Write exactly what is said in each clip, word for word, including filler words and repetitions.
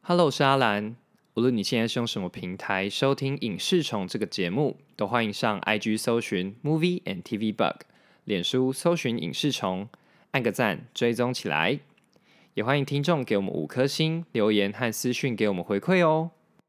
Hello， 我是阿兰。无论你现在是用什么平台收听《影视虫》这个节目，都欢迎上 I G 搜寻 Movie and T V Bug， 脸书搜寻影视虫，按个赞追踪起来。也欢迎听众给我们五颗星留言和私讯给我们回馈哦。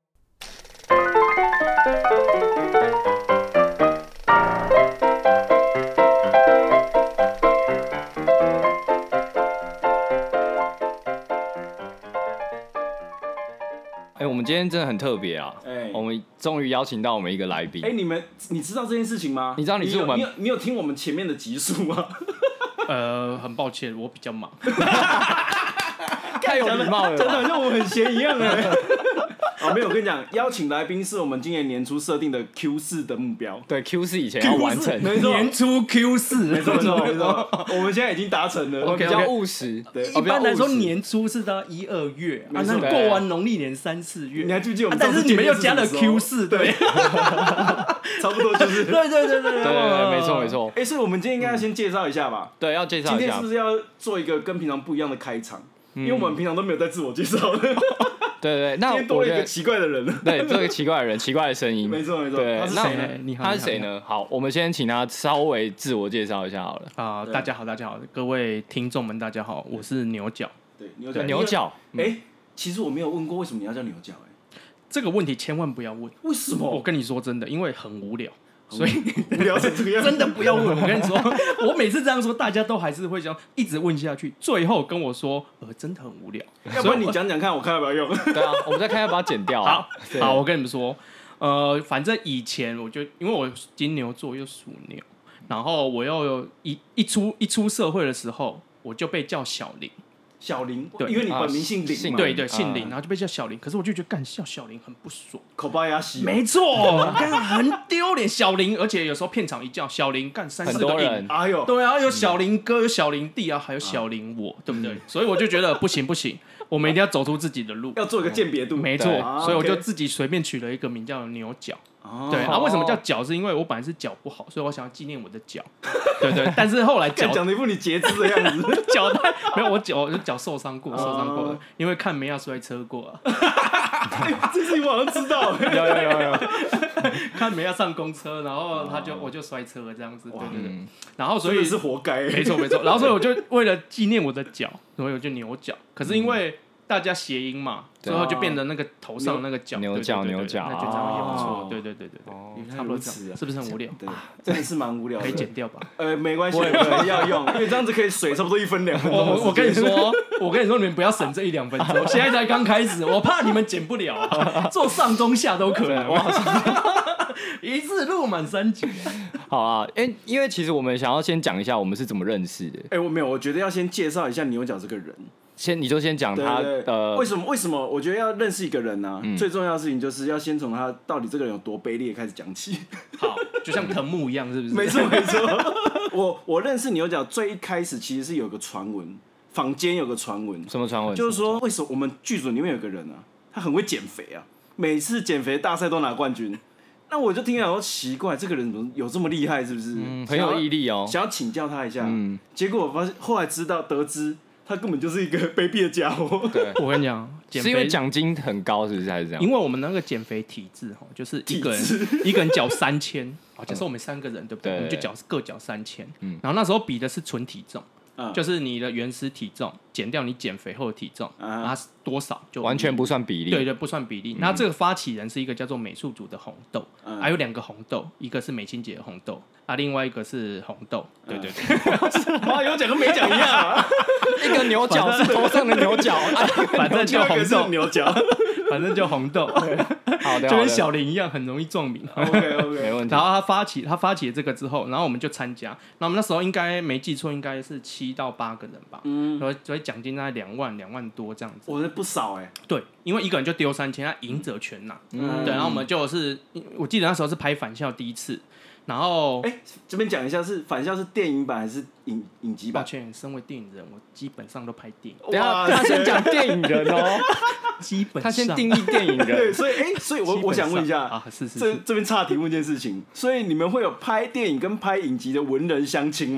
哎，我们今天真的很特别啊！哎，我们终于邀请到我们一个来宾。 哎，你们你知道这件事情吗？ 你知道你是我们， 你有 你, 有你有听我们前面的集数吗？ 呃，很抱歉，我比较忙。 太有礼貌了， 真的像我很闲一样哎。哦，没有，我跟你讲，邀请来宾是我们今年年初设定的 Q 四 的目标。 对 ，Q 四 以前要完成， 没错， 年初 Q 四， 没错没错没错，我们现在已经达成了。 我们比较务实，对， 一般来说年初是到一二月，啊，那过完农历年三四月， 你还记不记得我们？ 但是你们又加了 Q 四，对， 差不多就是， 对对对对对对，没错没错。 哎，所以我们今天应该要先介绍一下吧？ 对，要介绍一下。 今天是不是要做一个跟平常不一样的开场？因为我们平常都没有在自我介绍的。对对对，那今天多了一个奇怪的人。 对，这个奇怪的人，奇怪的声音。 没错没错。 对， 他是谁呢？你好， 他是谁呢？好，我们先请他稍微自我介绍一下好了。 啊、呃，大家好，大家好，各位听众们，大家好，我是牛角。 对，牛角。 牛角。 哎、嗯，其实我没有问过为什么你要叫牛角、欸，哎， 这个问题千万不要问。 为什么？ 我跟你说真的，因为很无聊。所以无聊成这个样子， 真的不要问。我跟你说，我每次这样说，大家都还是会想一直问下去，最后跟我说，呃，真的很无聊。 要不然你讲讲看，我看要不要用。 对啊，我们再看要不要剪掉、 啊。好，好，我跟你们说，呃，反正以前我就因为我金牛座又属牛，然后我又一一出一出社会的时候，我就被叫小林。 小林，对，因为你本名姓林嘛， 对对，姓林，然后就被叫小林。可是我就觉得干叫小林很不爽， 口巴牙西， 没错，干很丢脸。小林，而且有时候片场一叫小林，干三四个音， 哎呦， 对啊，有小林哥，有小林弟啊，还有小林我，对不对？所以我就觉得不行不行，我们一定要走出自己的路， 要做一个鉴别度， 没错。所以我就自己随便取了一个名叫牛角。对啊，为什么叫脚？是因为我本来是脚不好，所以我想要纪念我的脚。对对，但是后来脚讲的一副你截肢的样子， 脚太没有，我脚我脚受伤过，受伤过，因为看梅亚摔车过啊。 这事情我好像知道， 有有有有， 看梅亚上公车，然后他就我就摔车了这样子，对对对。然后所以是活该， 没错没错。然后所以我就为了纪念我的脚，所以我就牛角。可是因为大家谐音嘛，最后就变成那个头上那个角， 牛角牛角， 那就这样也不错。对对对对对，差不多这样，是不是很无聊？ 对，真的是蛮无聊的， 可以剪掉吧？ 呃，没关系，要用，因为这样子可以水差不多一分两分钟。 我我跟你说，我跟你说，你们不要省这一两分钟，现在才刚开始，我怕你们剪不了，做上中下都可能。一次录满三集。 好啊，哎，因为其实我们想要先讲一下我们是怎么认识的。 哎，我没有，我觉得要先介绍一下牛角这个人。 先，你就先讲他呃， 为什么？为什么？我觉得要认识一个人呢、啊嗯，最重要的事情就是要先从他到底这个人有多卑劣开始讲起。 好，就像藤木一样，是不是？ 没错，没错。我我认识牛角最一开始其实是有个传闻，坊间有个传闻， 什么传闻？ 就是说，为什么我们剧组里面有个人啊，他很会减肥啊，每次减肥大赛都拿冠军。那我就听了说奇怪，这个人怎么有这么厉害？是不是？ 嗯，很有毅力哦。 想要請教他一下。嗯，结果我发现后来知道得知。他根本就是一个卑鄙的家伙。 对，我跟你讲， 是因为奖金很高，是不是还是这样？ 因为我们那个减肥体制就是一个人一个人缴三千，假设我们三个人对不对？我们就缴各缴三千。然后那时候比的是纯体重，就是你的原始体重减掉你减肥后的体重，然后多少就完全不算比例。 对对，不算比例。那这个发起人是一个叫做美术组的红豆，还有两个红豆，一个是美清姐的红豆。啊，另外一个是红豆，对对对， 哇，有讲跟没讲一样啊！ 一个牛角是头上的牛角， 反正就红豆牛角， 反正就红豆， 好的， 就跟小林一样，很容易撞名。 OK OK， 没问题。 然后他发起，他发起了这个之后，然后我们就参加。那我们那时候应该没记错，应该是七到八个人吧。嗯，所以所以奖金大概两万两万多这样子。 我觉得不少哎、欸。 对，因为一个人就丢三千，他赢者全拿。嗯，对，然后我们就是，我记得那时候是拍返校第一次。然后， 哎、欸，这边讲一下是返校是电影版还是影影集版？ 抱歉，身为电影人，我基本上都拍电影。 等一下，他先讲电影人哦， 基本上他先定义电影人。 对，所以哎、欸，所以我我想问一下啊，是是这这边岔题问一件事情，所以你们会有拍电影跟拍影集的文人相亲吗？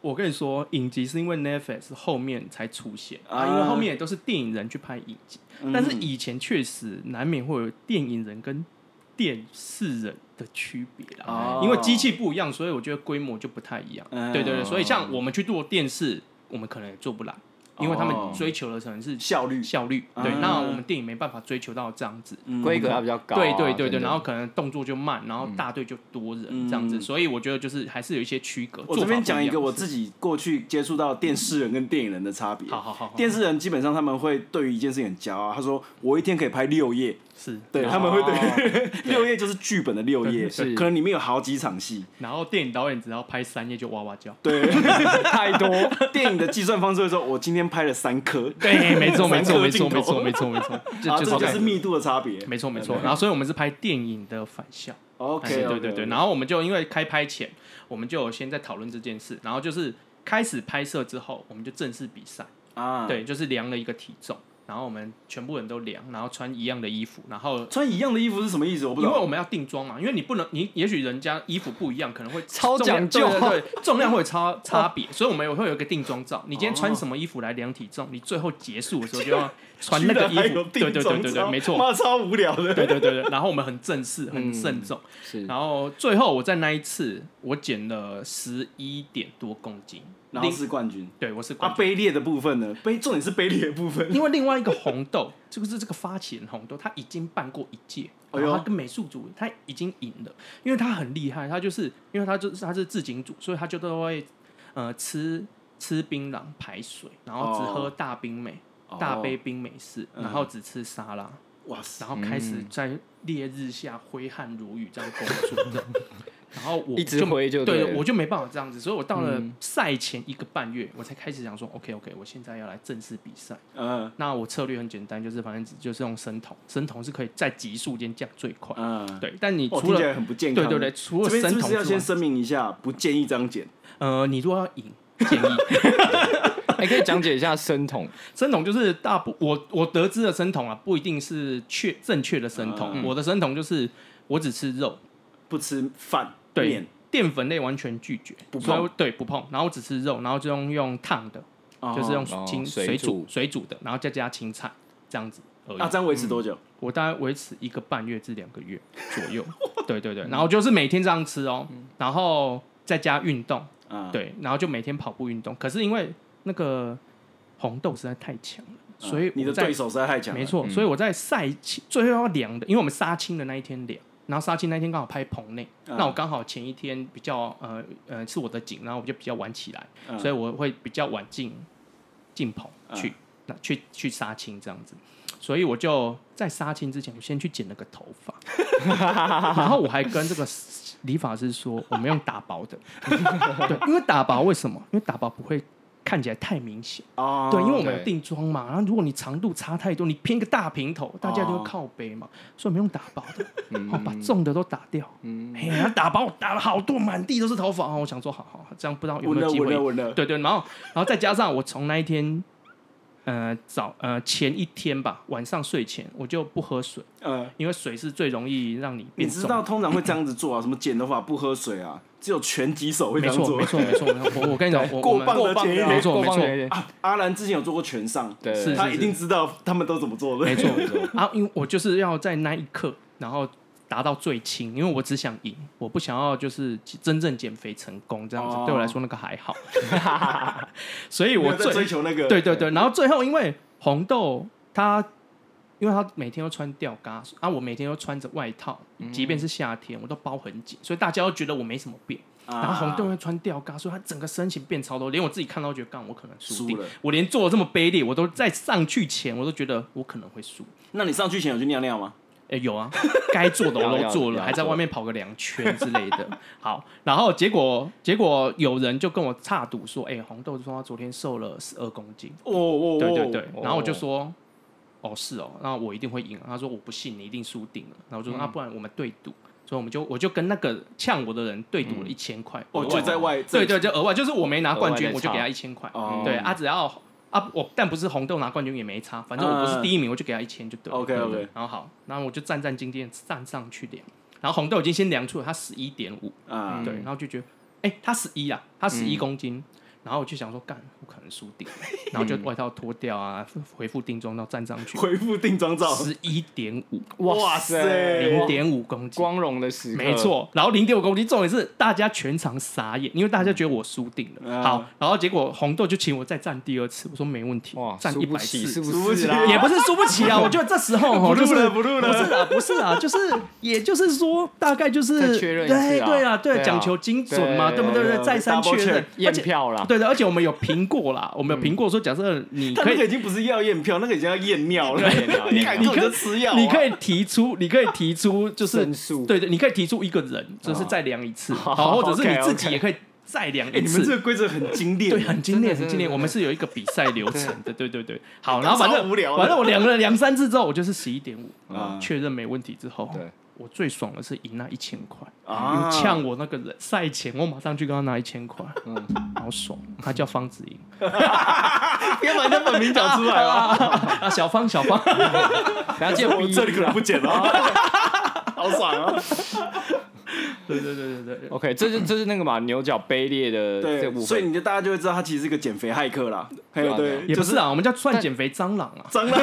我跟你说，影集是因为 Netflix 后面才出现啊，啊因为后面也都是电影人去拍影集，嗯、但是以前确实难免会有电影人跟电视人的区别啦，哦、因为机器不一样，所以我觉得规模就不太一样。嗯、对对对，所以像我们去做电视，我们可能也做不来。因为他们追求的可能是效率， 效率对，嗯、那我们电影没办法追求到这样子， 规、嗯、格要比较高、啊， 对对对对，然后可能动作就慢，然后大队就多人、嗯、这样子，所以我觉得就是还是有一些区隔。 我这边讲一个我自己过去接触到电视人跟电影人的差别。 好好好， 电视人基本上他们会对于一件事情很骄傲，他说我一天可以拍六页。 是对，他们会对六页就是剧本的六页，可能里面有好几场戏。 然后电影导演只要拍三页就哇哇叫， 对，太多。电影的计算方式会说，我今天拍了三颗， 对，没错没错没错没错没错没错， 这就是密度的差别。 没错没错。然后所以我们是拍电影的返校 ，OK， 对对对。然后我们就因为开拍前，我们就有先在讨论这件事，然后就是开始拍摄之后，我们就正式比赛啊，对，就是量了一个体重。然后我们全部人都量，然后穿一样的衣服，然后穿一样的衣服是什么意思？我不知道。 因为我们要定妆嘛，因为你不能，你也许人家衣服不一样，可能会超讲究， 对对对，重量会有差差别，所以我们也会有一个定妆照。你今天穿什么衣服来量体重，你最后结束的时候就要穿那个衣服。对对对对对，没错。 妈超无聊的。 对对对对，然后我们很正式，很慎重。 嗯、是。 然后最后我在那一次，我减了十一点多公斤。 然后是冠军， 对，我是冠军。啊，卑劣的部分呢？卑重点是卑劣的部分。 因为另外一个红豆，就是这个发起人红豆，他已经办过一届，然后他跟美术组他已经赢了，因为他很厉害，他就是因为他就是他是自警组，所以他就都会呃吃吃槟榔排水，然后只喝大冰美、哦、大杯冰美式，然后只吃沙拉。哇塞！然后开始在烈日下挥汗如雨这样工作。然后我就一直挥就对了， 对，我就没办法这样子，所以我到了赛前一个半月，我才开始想说 ，OK OK， 我现在要来正式比赛。嗯，那我策略很简单，就是反正就是用生酮，生酮是可以在急速间降最快。嗯，对，但你除了、哦、 听起来很不健康， 对对对，除了生酮之外， 是不是要先声明一下，不建议这样减？ 呃，你如果要赢，建议。 还可以讲解一下生酮。 生酮就是大部我我得知的生酮啊，不一定是确正确的生酮。嗯、我的生酮就是我只吃肉， 不吃饭。 对，淀粉类完全拒绝， 不碰， 对，不碰。然后只吃肉，然后就用用烫的，哦、就是用清、哦、水煮水煮的，然后再加青菜这样子而已。 啊，这样维持多久？ 嗯、我大概维持一个半月至两个月左右。对对对，然后就是每天这样吃哦，嗯、然后再加运动，嗯、对，然后就每天跑步运动。可是因为那个红豆实在太强了。所以你的对手实在太强了， 没错。嗯、所以我在赛期最后要量的，因为我们杀青的那一天量。然后杀青那天刚好拍棚内，嗯、那我刚好前一天比较呃呃是我的景，然后我就比较晚起来，嗯、所以我会比较晚进进棚去、嗯、那去去杀青这样子，所以我就在杀青之前，我先去剪了个头发，然后我还跟这个理发师说，我们用打薄的，对，因为打薄为什么？因为打薄不会看起来太明显哦，对，因为我们有定妆嘛，然后如果你长度差太多，你偏个大平头，大家就会靠背嘛，哦、所以我们用打薄的，嗯、好把重的都打掉。嗯，哎呀，打薄打了好多，满地都是头发哦。我想说，好好，这样不知道有没有机会。对对，然后然后再加上我从那一天，呃早呃前一天吧，晚上睡前我就不喝水，呃，因为水是最容易让你变重。 你知道通常会这样子做啊，什么剪头发不喝水啊？只有拳击手会这样做， 没错没错没错。我我跟你讲，我过磅的前一天， 没错没错。 啊，阿兰之前有做过拳上， 对， 是他一定知道他们都怎么做的。 没错没错。啊，因为我就是要在那一刻，然后达到最轻，因为我只想赢，我不想要就是真正减肥成功这样子。哦、对我来说那个还好，所以我在追求那个。 对对对，然后最后因为红豆他。因为他每天都穿吊嘎啊，我每天都穿着外套，嗯、即便是夏天我都包很紧，所以大家都觉得我没什么变。啊、然后红豆会穿吊嘎，所以他整个身形变超多，连我自己看到都觉得，干我可能输定了。我连做的这么卑劣，我都在上去前我都觉得我可能会输。 那你上去前有去尿尿吗？ 哎，有啊，该做的我都做了，还在外面跑个两圈之类的。好，然后结果结果有人就跟我插赌说，哎，红豆说他昨天瘦了十二公斤。 哦哦， 对对对，然后我就说。哦是哦，那我一定会赢。他说我不信，你一定输定了。然后我就说、嗯、啊，不然我们对赌。所以我们就我就跟那个呛我的人对赌了一千块。 哦，就在外。 对对，就额外，就是我没拿冠军，我就给他一千块。哦、对啊，只要啊我，但不是红豆拿冠军也没差，反正我不是第一名，我就给他一千就对了。 OK OK。 然后好，然后我就战战兢兢的站上去量，然后红豆已经先量出了他十一点五。啊。对，然后就觉得，哎、欸，他十一啊，他十一公斤。嗯然后我就想说，干，不可能输定了，然后就外套脱掉啊，回复定妆照站上去， 回复定妆照， 十一点五， 哇塞， 零点五公斤， 光荣的时刻， 没错。然后零点五公斤，重点是大家全场傻眼，因为大家觉得我输定了。嗯、好，然后结果红豆就请我再站第二次，我说没问题，哇，站一百次， 是不是啦？ 也不是输不起啊，我觉得这时候哈，就是不录了， 不是啊，不是啊，就是也就是说，大概就是确认一次对啊， 对啊，对，讲求精准嘛，对不对？再三确认验票啦， 对的，而且我们有评过啦，我们有评过说，假设你可以， 那个已经不是要验票，那个已经要验尿了， 你你可以吃药， 你可以提出，你可以提出就是对对，你可以提出一个人，就是再量一次，好，或者是你自己也可以。再量一次， 你们这个规则很精炼， 对，很精炼，很精炼。我们是有一个比赛流程的，对对对。好，然后反正反正我量了量三次之后，我就是十一点五，确认没问题之后，我最爽的是赢那一千块啊！呛我那个人赛前，我马上去跟他拿一千块，嗯，好爽。他叫方子莹， 别把人家本名讲出来啊！ 啊，小方，小方， 等下见我这里可能不剪了，好爽啊！ 对对对对对 ，OK， 这是这是那个嘛牛角卑劣的这部分， 所以你就大家就会知道他其实是一个减肥骇客啦。对对， 也不是啊，我们叫算减肥蟑螂啊， 蟑螂，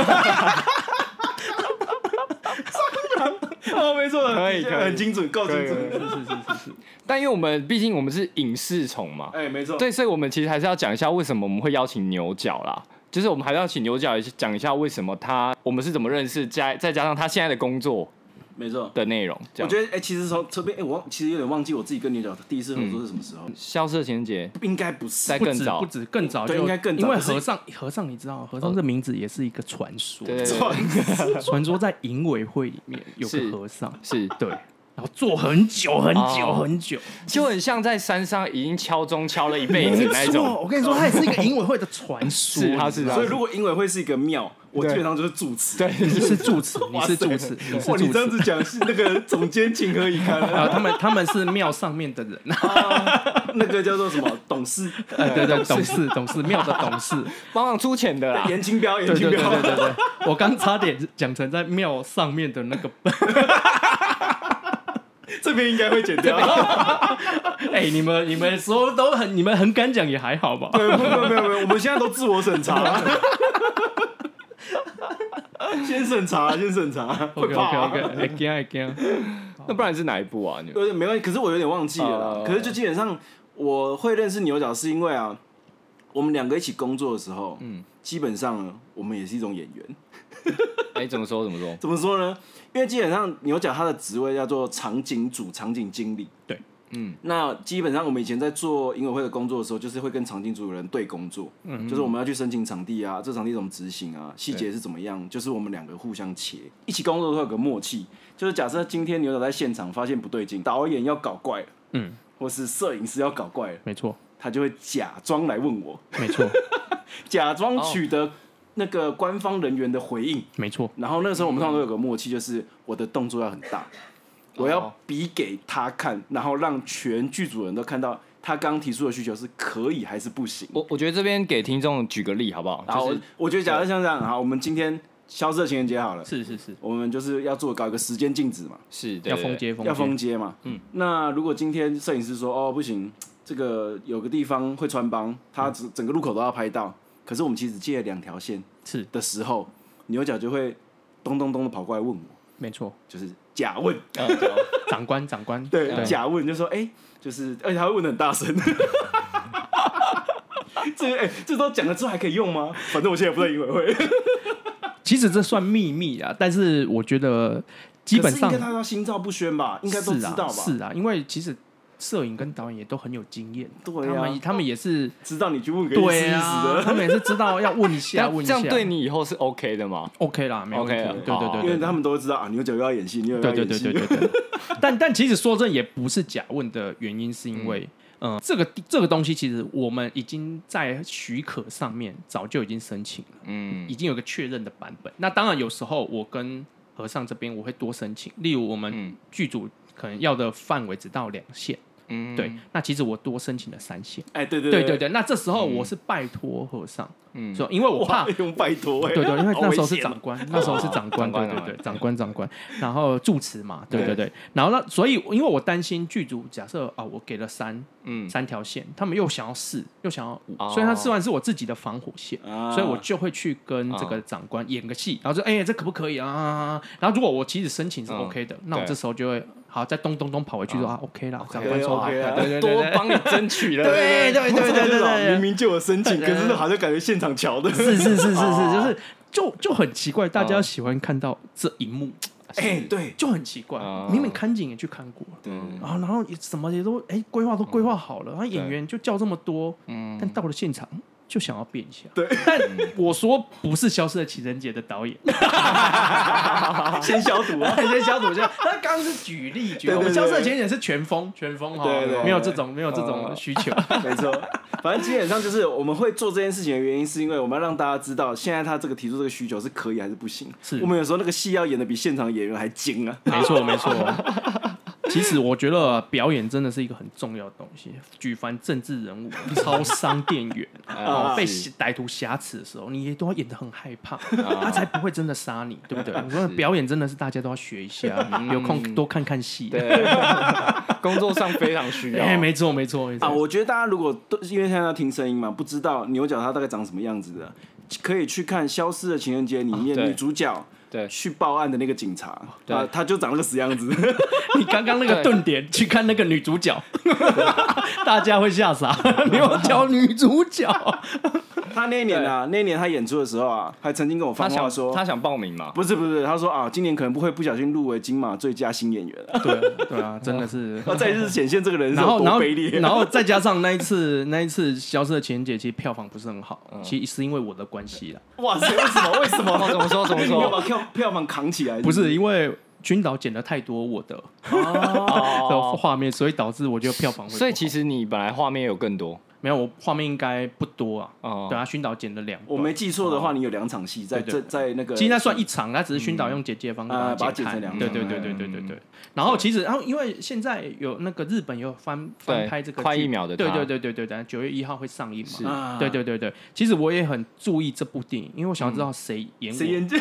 蟑螂，哦，没错， 可以， 很精准，够精准， 是是是是是。 但因为我们毕竟我们是影视虫嘛， 哎，没错， 对，所以我们其实还是要讲一下为什么我们会邀请牛角啦。就是我们还是要请牛角讲一下为什么他我们是怎么认识，加再加上他现在的工作。 没错的内容， 我觉得哎、欸，其实从这边哎，我其实有点忘记我自己跟牛角第一次合作是什么时候。 嗯、消失的情人节应该不是， 在更早， 不止更早， 对，应该更早。 因为和尚，和尚你知道，和尚这名字也是一个传说， 传说传说在营委会里面有个和尚， 是对。然后做很久很久很久， 就很像在山上已经敲钟敲了一辈子那种。 我跟你说，它也是一个营委会的传说， 是它是。 所以如果营委会是一个庙，我基本上就是住持。 对，你是住持，你是住持，你是住持。 你这样子讲是那个总监情何以堪啊？他们他们是庙上面的人， 那个叫做什么董事？ 呃，对对，董事董事庙的董事， 帮忙出钱的啦。 严清标，严清标， 对对对对，我刚差点讲成在庙上面的那个。 这边应该会剪掉。 哎、欸，你们你们说都很，你们很敢讲也还好吧？ 对，没有没有没有，我们现在都自我审查。先审查，先审查。 OK OK OK， 会惊会惊。 那不然是哪一部啊？ 有点没关系，可是我有点忘记了啦。Uh, 可是就基本上我会认识牛角，是因为啊，我们两个一起工作的时候，嗯，基本上呢，我们也是一种演员。 哎、欸，怎么说？怎么说？ 怎么说呢？因为基本上牛角他的职位叫做场景组、场景经理。 对， 嗯， 那基本上我们以前在做营委会的工作的时候，就是会跟场景组的人对工作，嗯，就是我们要去申请场地啊，这场地怎么执行啊，细节是怎么样，就是我们两个互相切，一起工作都会有个默契。就是假设今天牛角在现场发现不对劲，导演要搞怪了，嗯，或是摄影师要搞怪了， 没错， 他就会假装来问我， 没错， 假装取得。那个官方人员的回应， 没错。 然后那个时候我们通常都有个默契，就是我的动作要很大，我要比给他看，然后让全剧组人都看到他刚提出的需求是可以还是不行。 我我觉得这边给听众举个例好不好？ 然后、就是、我觉得假设像这样，好，我们今天消失的情人节好了， 是是是， 我们就是要做搞一个时间静止嘛， 是，对要封街， 要封街嘛。嗯，那如果今天摄影师说哦不行，这个有个地方会穿帮，他整个路口都要拍到。可是我们其实借了两条线是的时候，牛角就会咚咚咚的跑过来问我， 没错， 就是假问， 嗯、长官长官， 对，对假问就说，哎、欸，就是，而且他会问得很大声，这哎、欸，这都讲了之后还可以用吗？反正我现在也不在营委会， 其实这算秘密啊，但是我觉得基本上应该他要心照不宣吧，应该都知道吧？ 是啊，是啊，因为其实。摄影跟导演也都很有经验， 对啊， 他们他们也是知道你去问个意思意思的， 啊，他们也是知道要问一下，问一下， 这样对你以后是 OK 的吗 ？OK 啦，没有问题。 OK， 对对对， 因为他们都会知道啊，牛角又要演戏，牛角又要演戏。 对对对对对对。但但其实说真的，也不是假问的原因，是因为嗯、呃，这个这个东西其实我们已经在许可上面早就已经申请了，嗯，已经有个确认的版本。那当然有时候我跟和尚这边我会多申请，例如我们剧组可能要的范围只到两线。 嗯，对，那其实我多申请了三线。 哎，对对对对对，那这时候我是拜托和尚。嗯，说因为我怕用拜托， 对对，因为那时候是长官，那时候是长官，对对对，长官长官，然后住持嘛，对对对，然后呢，所以因为我担心剧组假设啊，我给了三嗯三条线，他们又想要四，又想要五，所以他试完是我自己的防火线，所以我就会去跟这个长官演个戏，然后说哎这可不可以啊？然后如果我其实申请是 OK 的，那我这时候就会。好，再咚咚咚跑回去说啊 ，OK 啦，长官说 OK 啦， 对对对，多帮你争取了， 对对对对对， 明明就有申请，可是好像感觉现场瞧的， 是是是是是，就是就就很奇怪，大家喜欢看到这一幕， 哎，对， 就很奇怪，明明看景也去看过，对，然后然后什么也都哎规划都规划好了，然后演员就叫这么多，嗯，但到了现场。就想要变一下， 对， 但我说不是《消失的情人节》的导演， 先消毒啊， 先消毒一下。他刚刚是举例，举例，我们《消失的情人节》是全封，全封哈，没有这种没有这种需求， 没错。反正基本上就是我们会做这件事情的原因，是因为我们要让大家知道，现在他这个提出这个需求是可以还是不行。是我们有时候那个戏要演的比现场演员还精啊， 没错没错。其实我觉得表演真的是一个很重要的东西。举凡政治人物、超商店员、哦、被歹徒挟持的时候，你也都要演得很害怕，他才不会真的杀你，对不对？我说表演真的是大家都要学一下，有空多看看戏。 对，工作上非常需要。 哎，没错没错没错。 啊，我觉得大家如果都因为现在要听声音嘛，不知道牛角它大概长什么样子的，可以去看《消失的情人节》里面女主角。对，去報案的那個警察，啊，他就長那個死樣子。 你剛剛那個頓點去看那個女主角，大家會嚇傻。你有叫女主角？ 他那一年啊，那一年他演出的時候啊，還曾經跟我放話說， 他想報名嘛？ 不是不是，他說啊，今年可能不會不小心入圍金馬最佳新演員。 對對啊，真的是。 再一次顯現這個人是有多卑劣。 然後再加上那一次那一次消失的情人節，其實票房不是很好，其實是因為我的關係啦。 哇塞，為什麼？為什麼？ 怎麼說？怎麼說？ 你要把票票房扛起來是不是？ 不是因為君導剪了太多我的哦畫面，所以導致我覺得票房會不好。 所以其實你本來畫面有更多。 沒有，我畫面應該不多啊。哦，對啊，熏導剪了兩。 我沒記錯的話，你有兩場戲在在在那個。 其實那算一場，他只是熏導用剪接方式把它剪成兩場。對對對對對對對。然後其實，然後因為現在有那個日本有翻翻拍這個快一秒的。 對對對對對對，九月一號會上映嘛。對對對對，其實我也很注意這部電影，因為我想要知道誰演我。 誰演？誰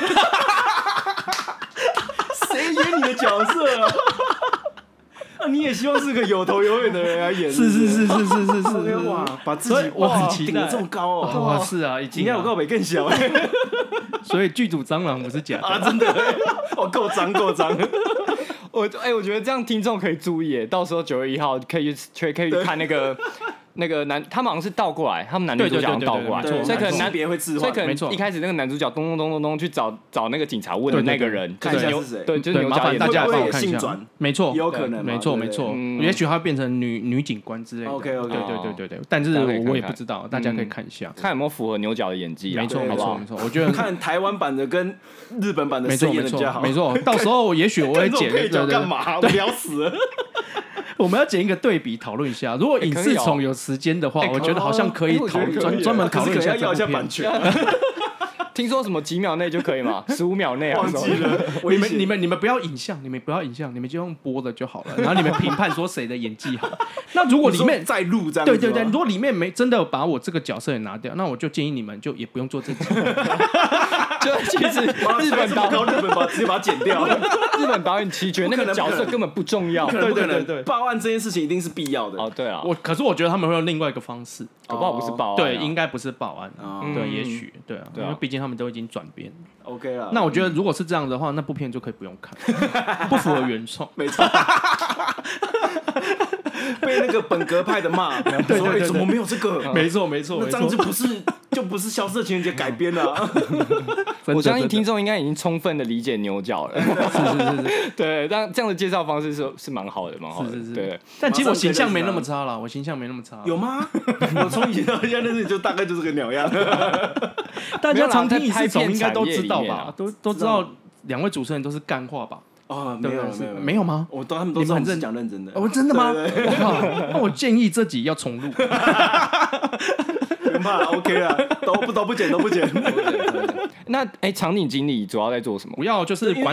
演你的角色啊？啊、你也希望是個有頭有臉的人來演？ 是是是是是是是， 哇，把自己我很期待頂得這麼高哦！ 哇，是啊，已經。 應該我告北更小哎。 所以劇組蟑螂不是假的啊，真的，我夠髒夠髒。 我哎、欸，我覺得這樣聽眾可以注意，到時候九月一號可以去可以看那個。那個男，他們好像是倒過來，他們男女主角倒過來，所以可能男別會置換， 所以可能一開始那個男主角咚咚咚咚咚去找找那個警察問的那個人， 看一下是誰， 對，就是牛角演的， 大家幫我看一下， 沒錯， 有可能， 沒錯沒錯，也許他會變成女女警官之類的 ，OK OK， 對對對對對，但是我也不知道，大家可以看一下， 看有沒有符合牛角的演技， 沒錯沒錯沒錯，我覺得看台灣版的跟日本版的誰演的比較好， 沒錯，到時候也許我會剪， 配角幹嘛？無聊死了。 我們要剪一個對比討論一下，如果影視蟲有時間的話，我覺得好像可以討專專門討論一下要一下版權。 聽說什麼幾秒內就可以嗎？十五秒內啊？ 忘記了。 你們你們你們不要影像，你們不要影像，你們就用播的就好了。然後你們評判說誰的演技好。那如果裡面再錄這樣， 對對對，如果裡面沒真的把我這個角色也拿掉，那我就建議你們就也不用做這集。 就其實日本導演日本把直接把它剪掉。 日本導演其實覺得那個角色根本不重要。 對對對對，報案這件事情一定是必要的。 哦，對啊。 我可是我覺得他們會用另外一個方式， 搞不好不是報案。 對，應該不是報案。對，也許對啊，因為畢竟他們都已經轉變。 OK 了。 那我覺得如果是這樣的話，那部片就可以不用看，不符合原創。 沒錯。被那個本格派的罵，對對對，怎麼沒有這個？ 沒錯沒錯， 那這樣就不是就不是消失的情人節改編了。 我相信聽眾應該已經充分的理解牛角了。是是是，對，但這樣的介紹方式是是蠻好的，蠻好的。是是是，對。 但其實我形象沒那麼差啦，我形象沒那麼差。 有嗎？我從以前到現在認識就大概就是個鳥樣。 大家常聽影視蟲應該都知道吧？都都知道兩位主持人都是幹話吧？ 哦，沒有沒有沒有嗎？ 我都他們都是很講認真的。 哦，真的嗎？那我建議這集要重錄。 不怕 ，OK 啦，都不都不剪都不剪。 那哎，場景經理主要在做什麼？ 主要就是管理。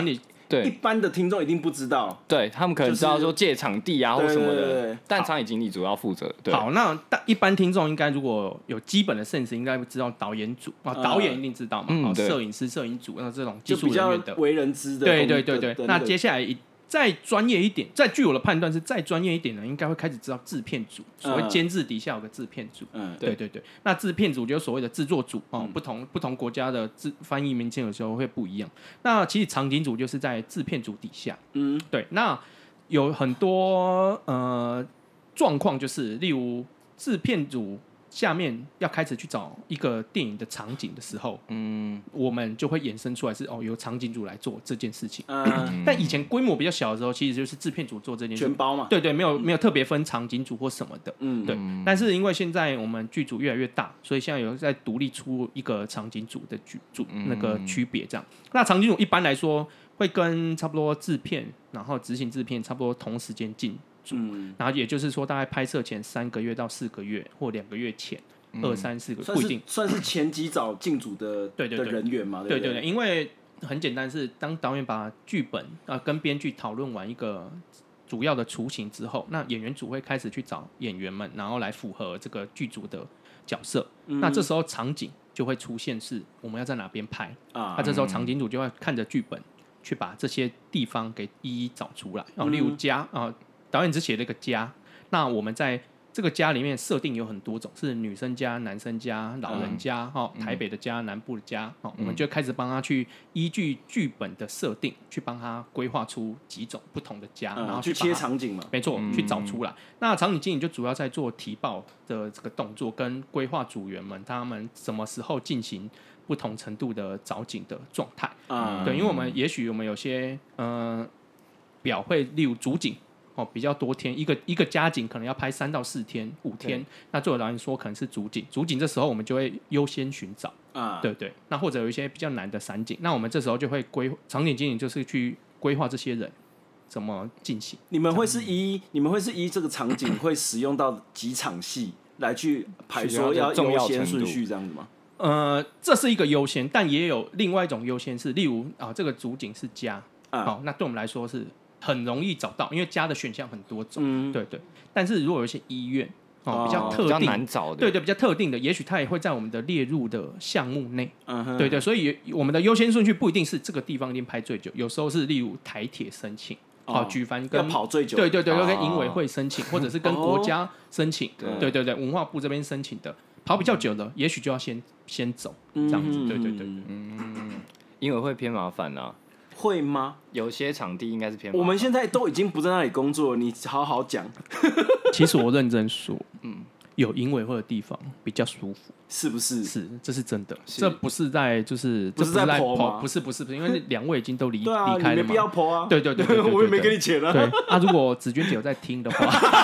对， 一般的听众一定不知道， 对他们可能知道说借场地啊、 就是、 或什么的， 对对对对但场景经理主要负责。对， 好，那一般听众应该如果有基本的 sense， 应该会知道导演组啊， 嗯、 导演一定知道嘛， 嗯、 摄影师、摄影组那这种技术人员的， 就比较为人知的。 对对对对。 那, 那接下来一。再专业一点，再据我的判断是再专业一点的，应该会开始知道制片组，所谓监制底下有个制片组，嗯，对对对。那制片组就是所谓的制作组哦，嗯、不同不同国家的字翻译名称有时候会不一样。那其实场景组就是在制片组底下，嗯，对。那有很多呃状况，就是例如制片组下面要开始去找一个电影的场景的时候，嗯，我们就会衍生出来是哦，由场景组来做这件事情。嗯，但以前规模比较小的时候，其实就是制片组做这件事情， 全包嘛。 对对，没有没有特别分场景组或什么的。嗯，对。但是因为现在我们剧组越来越大，所以现在有在独立出一个场景组的剧组那个区别这样。那场景组一般来说会跟差不多制片，然后执行制片差不多同时间进。嗯，然后也就是说，大概拍摄前三个月到四个月，或两个月前，嗯、二三四个月不一定， 算是前几早进组的对对对的人员嘛，对对对对，因为很简单，是当导演把剧本啊、呃、跟编剧讨论完一个主要的雏形之后，那演员组会开始去找演员们，然后来符合这个剧组的角色。嗯、那这时候场景就会出现是我们要在哪边拍啊？那这时候场景组就会看着剧本去把这些地方给一一找出来。然后例如家啊。呃导演只写了一个家，那我们在这个家里面设定有很多种，是女生家、男生家、老人家，嗯哦、台北的家、南部的家，哦嗯、我们就开始帮他去依据剧本的设定，去帮他规划出几种不同的家， 嗯、 然后去切场景嘛， 没错，嗯、去找出来。那场景经理就主要在做提报的这个动作，跟规划组员们他们什么时候进行不同程度的找景的状态。嗯、对，因为我们也许我们有些呃表会，例如主景。哦、比较多天，一个一个家景可能要拍三到四天、五天。那对我来说可能是主景，主景这时候我们就会优先寻找啊，对对。那或者有一些比较难的散景，那我们这时候就会规场景经理就是去规划这些人怎么进行。 你们会是依你们会是依这个场景会使用到几场戏来去排说要优先顺序这样子吗？ 呃，这是一个优先，但也有另外一种优先是，例如啊，这个主景是家，好、啊哦，那对我们来说是。很容易找到，因为家的选项很多种，嗯、对对。但是如果有一些医院哦，比较特定，比较难找的， 对对，比较特定的，也许它也会在我们的列入的项目内，嗯、对对。所以我们的优先顺序不一定是这个地方一定拍最久，有时候是例如台铁申请，好、哦，举凡跟要跑最久， 对对对，要跟营委会申请，哦、或者是跟国家申请，哦、对对对，文化部这边申请的，跑比较久的，也许就要先先走这样子，对对对， 嗯，营委会偏麻烦啊。 会吗？ 有些场地应该是偏麻烦。 我们现在都已经不在那里工作，你好好讲。 其实我认真说，嗯，有营委会的地方比较舒服， 是不是？ 是，这是真的。这不是在就是不是在剖吗？ 不是不是不是，因为两位已经都离离、 啊、 开了嘛， 没必要剖啊。 对对 对, 对, 对, 对, 对， 我也没给你钱啊。 对啊，如果子娟姐有在听的话。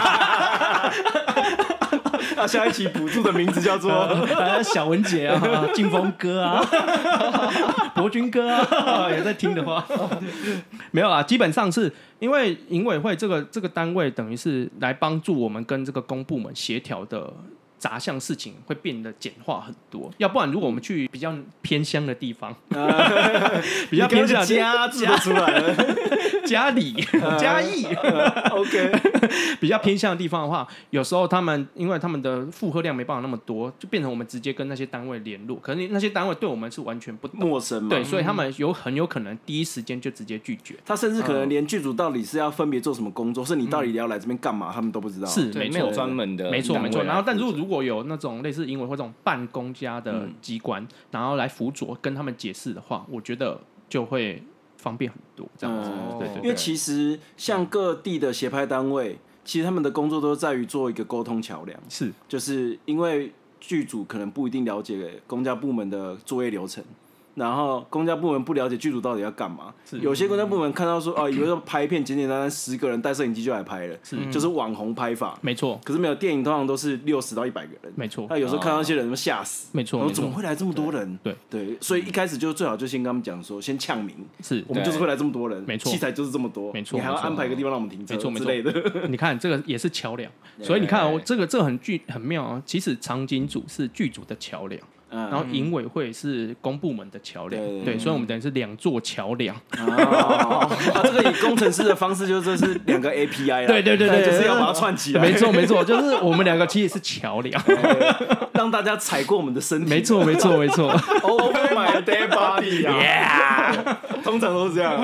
那下一期补助的名字叫做呃、小文姐啊，劲风哥啊，博君哥啊，有在听的话，没有啦。基本上是因为营委会这个这个单位，等于是来帮助我们跟这个公部门协调的杂项事情会变得简化很多。要不然，如果我们去比较偏乡的地方，呃、比较偏乡家字都出来了， 家里嘉义 ，OK， 比较偏向的地方的话，有时候他们因为他们的负荷量没办法那么多，就变成我们直接跟那些单位联络，可是那些单位对我们是完全不懂陌生嘛， 对，所以他们有很有可能第一时间就直接拒绝。 他甚至可能连剧组到底是要分别做什么工作，是你到底要来这边干嘛，他们都不知道。 是， 没有专门的， 没错没错。然后，但如果如果有那种类似营委会这种办公家的机关，嗯、然后来辅佐跟他们解释的话，我觉得就会方便很多。这样子，嗯、对, 对对。 因为其实像各地的协拍单位，其实他们的工作都在于做一个沟通桥梁。 是， 就是因为剧组可能不一定了解公家部门的作业流程。然后公家部门不了解剧组到底要干嘛，有些公家部门看到说哦，以为说拍片简简单单十个人带摄影机就来拍了，是就是网红拍法， 没错。 可是没有，电影通常都是六十到一百个人， 没错。 那有时候看到一些人吓死， 没错。 怎么会来这么多人？ 对对，所以一开始就最好就先跟他们讲说，先呛明， 是我们就是会来这么多人， 没错， 器材就是这么多， 没错。 你还要安排一个地方让我们停车，之类的。 你看这个也是桥梁，所以你看哦，这个这个很剧很妙啊。其实场景组是剧组的桥梁。 然后营委会是公部门的桥梁， 对， 对，所以我们等于是两座桥梁。 哦，啊，这个以工程师的方式，就是这是两个 A P I 啦， 对对对对， 就是要把它串起来。 没错没错，就是我们两个其实是桥梁， 让大家踩过我们的身体。 没错没错没错。 Oh my dead body 啊！通常都是这样。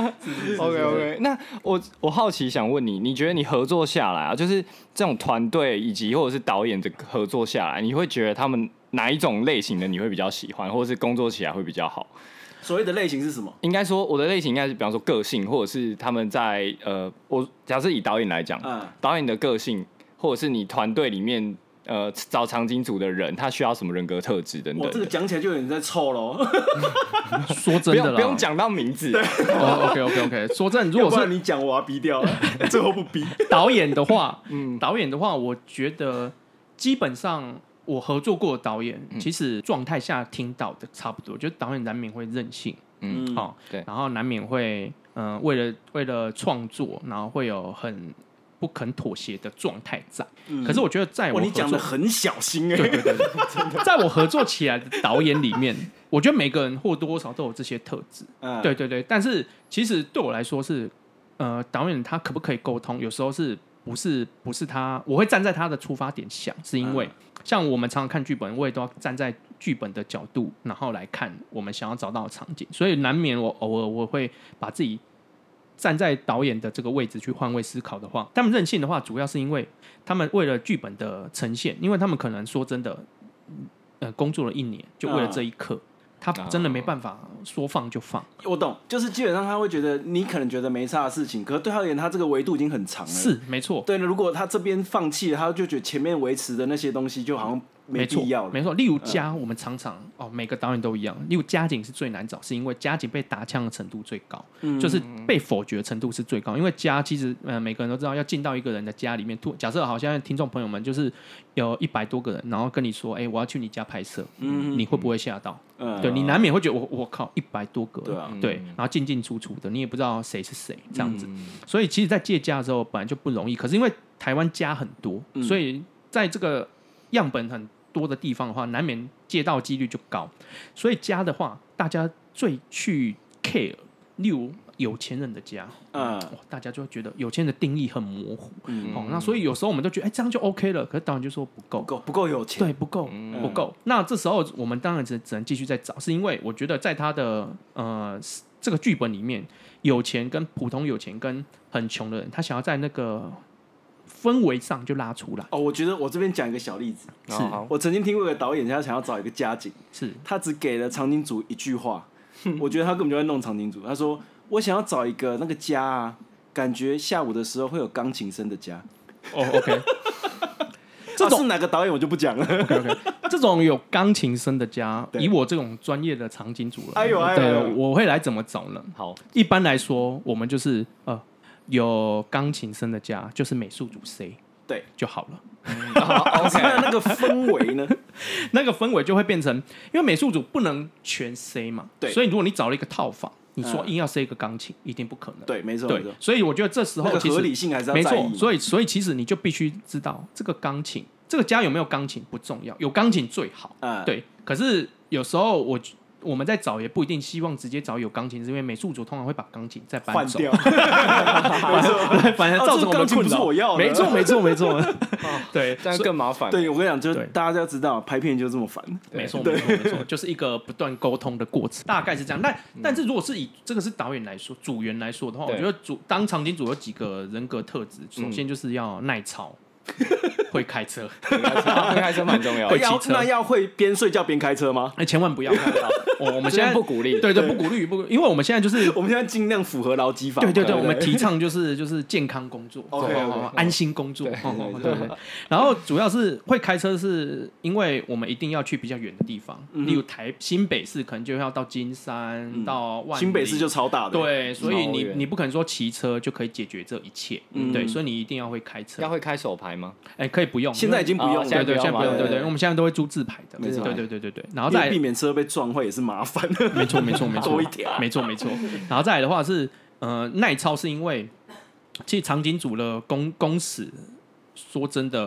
OK OK， 那我我好奇想问你，你觉得你合作下来啊，就是这种团队以及或者是导演的合作下来，你会觉得他们哪一种类型的你会比较喜欢，或者是工作起来会比较好？ 所谓的类型是什么？ 应该说我的类型应该是，比方说个性，或者是他们在呃，我假设以导演来讲，嗯，导演的个性，或者是你团队里面呃找场景组的人，他需要什么人格特质等等。 我这个讲起来就有人在臭喽。 说真的啦， 不用讲到名字。 哦 ，OK OK OK。说真的，如果是要不然你讲，我要逼掉了，最后不逼。 导演的话，嗯，导演的话，我觉得基本上。我合作过的导演，嗯、其实状态下听到的差不多，就是导演难免会任性，嗯，好、哦，对，然后难免会，嗯、呃，为了为了创作，然后会有很不肯妥协的状态在。嗯、可是我觉得在我合作， 你讲的很小心哎、 欸，对对对对，在我合作起来的导演里面，我觉得每个人或多或少都有这些特质，嗯，对对对。但是其实对我来说是，呃，导演他可不可以沟通，有时候是不是不是他，我会站在他的出发点想，是因为。嗯像我们常常看剧本，我也都要站在剧本的角度，然后来看我们想要找到的场景，所以难免我偶尔我会把自己站在导演的这个位置去换位思考的话，他们任性的话，主要是因为他们为了剧本的呈现，因为他们可能说真的，呃，工作了一年，就为了这一刻。嗯他真的没办法说放就放， 我懂，就是基本上他会觉得你可能觉得没差的事情，可是对他而言，他这个维度已经很长了。 是，没错。 对，如果他这边放弃了，他就觉得前面维持的那些东西就好像没必要了。 没错，例如家，嗯、我们常常哦，每个导演都一样。例如家景是最难找，是因为家景被打枪的程度最高，嗯、就是被否决的程度是最高。因为家其实呃，每个人都知道，要进到一个人的家里面，假设好像听众朋友们就是有一百多个人，然后跟你说，哎、欸，我要去你家拍摄，嗯、你会不会吓到？嗯、对你难免会觉得我我靠一百多个， 对啊， 对，然后进进出出的，你也不知道谁是谁这样子，嗯、所以其实，在借家的时候本来就不容易，可是因为台湾家很多，嗯、所以在这个样本很多的地方的话，难免借到几率就高，所以家的话，大家最去 care， 例如有钱人的家，嗯，大家就会觉得有钱人的定义很模糊，嗯，哦，那所以有时候我们都觉得，哎，这样就 OK 了，可是导演就说不够， 不够，不够有钱， 对，不够，嗯、不够。那这时候我们当然只只能继续再找，是因为我觉得在他的呃这个剧本里面，有钱跟普通有钱跟很穷的人，他想要在那个氛围上就拉出来。 哦，我觉得我这边讲一个小例子，是我曾经听过一个导演，他想要找一个家景， 是他只给了场景组一句话，我觉得他根本就在弄场景组，他说。我想要找一个那个家啊，感觉下午的时候会有钢琴声的家。 哦、oh, ，OK， 这种、啊、是哪个导演我就不讲了。 OK OK， 这种有钢琴声的家，以我这种专业的场景组了， 哎呦哎呦， 对，我会来怎么找呢？好，一般来说，我们就是呃有钢琴声的家，就是美术组 C 对就好了。 嗯、OK， 那个氛围呢？ 那个氛围就会变成，因为美术组不能全 C 嘛，对，所以如果你找了一个套房。你说硬要塞一个钢琴，一定不可能。 对，没错， 对，所以我觉得这时候其实合理性还是要在意。 没错，所以所以其实你就必须知道这个钢琴，这个家有没有钢琴不重要，有钢琴最好。嗯，对。可是有时候我我们在找也不一定希望直接找有钢琴，是因为美术组通常会把钢琴再搬走，反正造成我们困扰。没错，没错，没错。对， 这样更麻烦。 对，我跟你讲，就是大家要知道，拍片就这么烦。 没错，没错，没错，就是一个不断沟通的过程，大概是这样。但但是如果是以这个是导演来说，组员来说的话，我觉得组当场景组有几个人格特质，首先就是要耐操。会开车， 会开车蛮重要的。 会骑车， 那要会边睡觉边开车吗？ 哎，千万不要。我我们现在不鼓励， 对对，不鼓励，不，因为我们现在就是我们现在尽量符合劳基法。 对对对，我们提倡就是就是健康工作，安心工作。对对。然后主要是会开车，是因为我们一定要去比较远的地方，例如台新北市可能就要到金山，到万里。 新北市就超大的。 对，所以你你不可能说骑车就可以解决这一切，对，所以你一定要会开车。 要会开手牌吗？ 哎，可以不用， 现在已经不用了。 对对，现在不用，对对，我们现在都会租自排的。 没错， 对对对对对。然后再避免车被撞坏也是麻烦。 没错没错没错， 多一条。 没错没错。然后再来的话是呃耐操，是因为其实场景组的工工时，说真的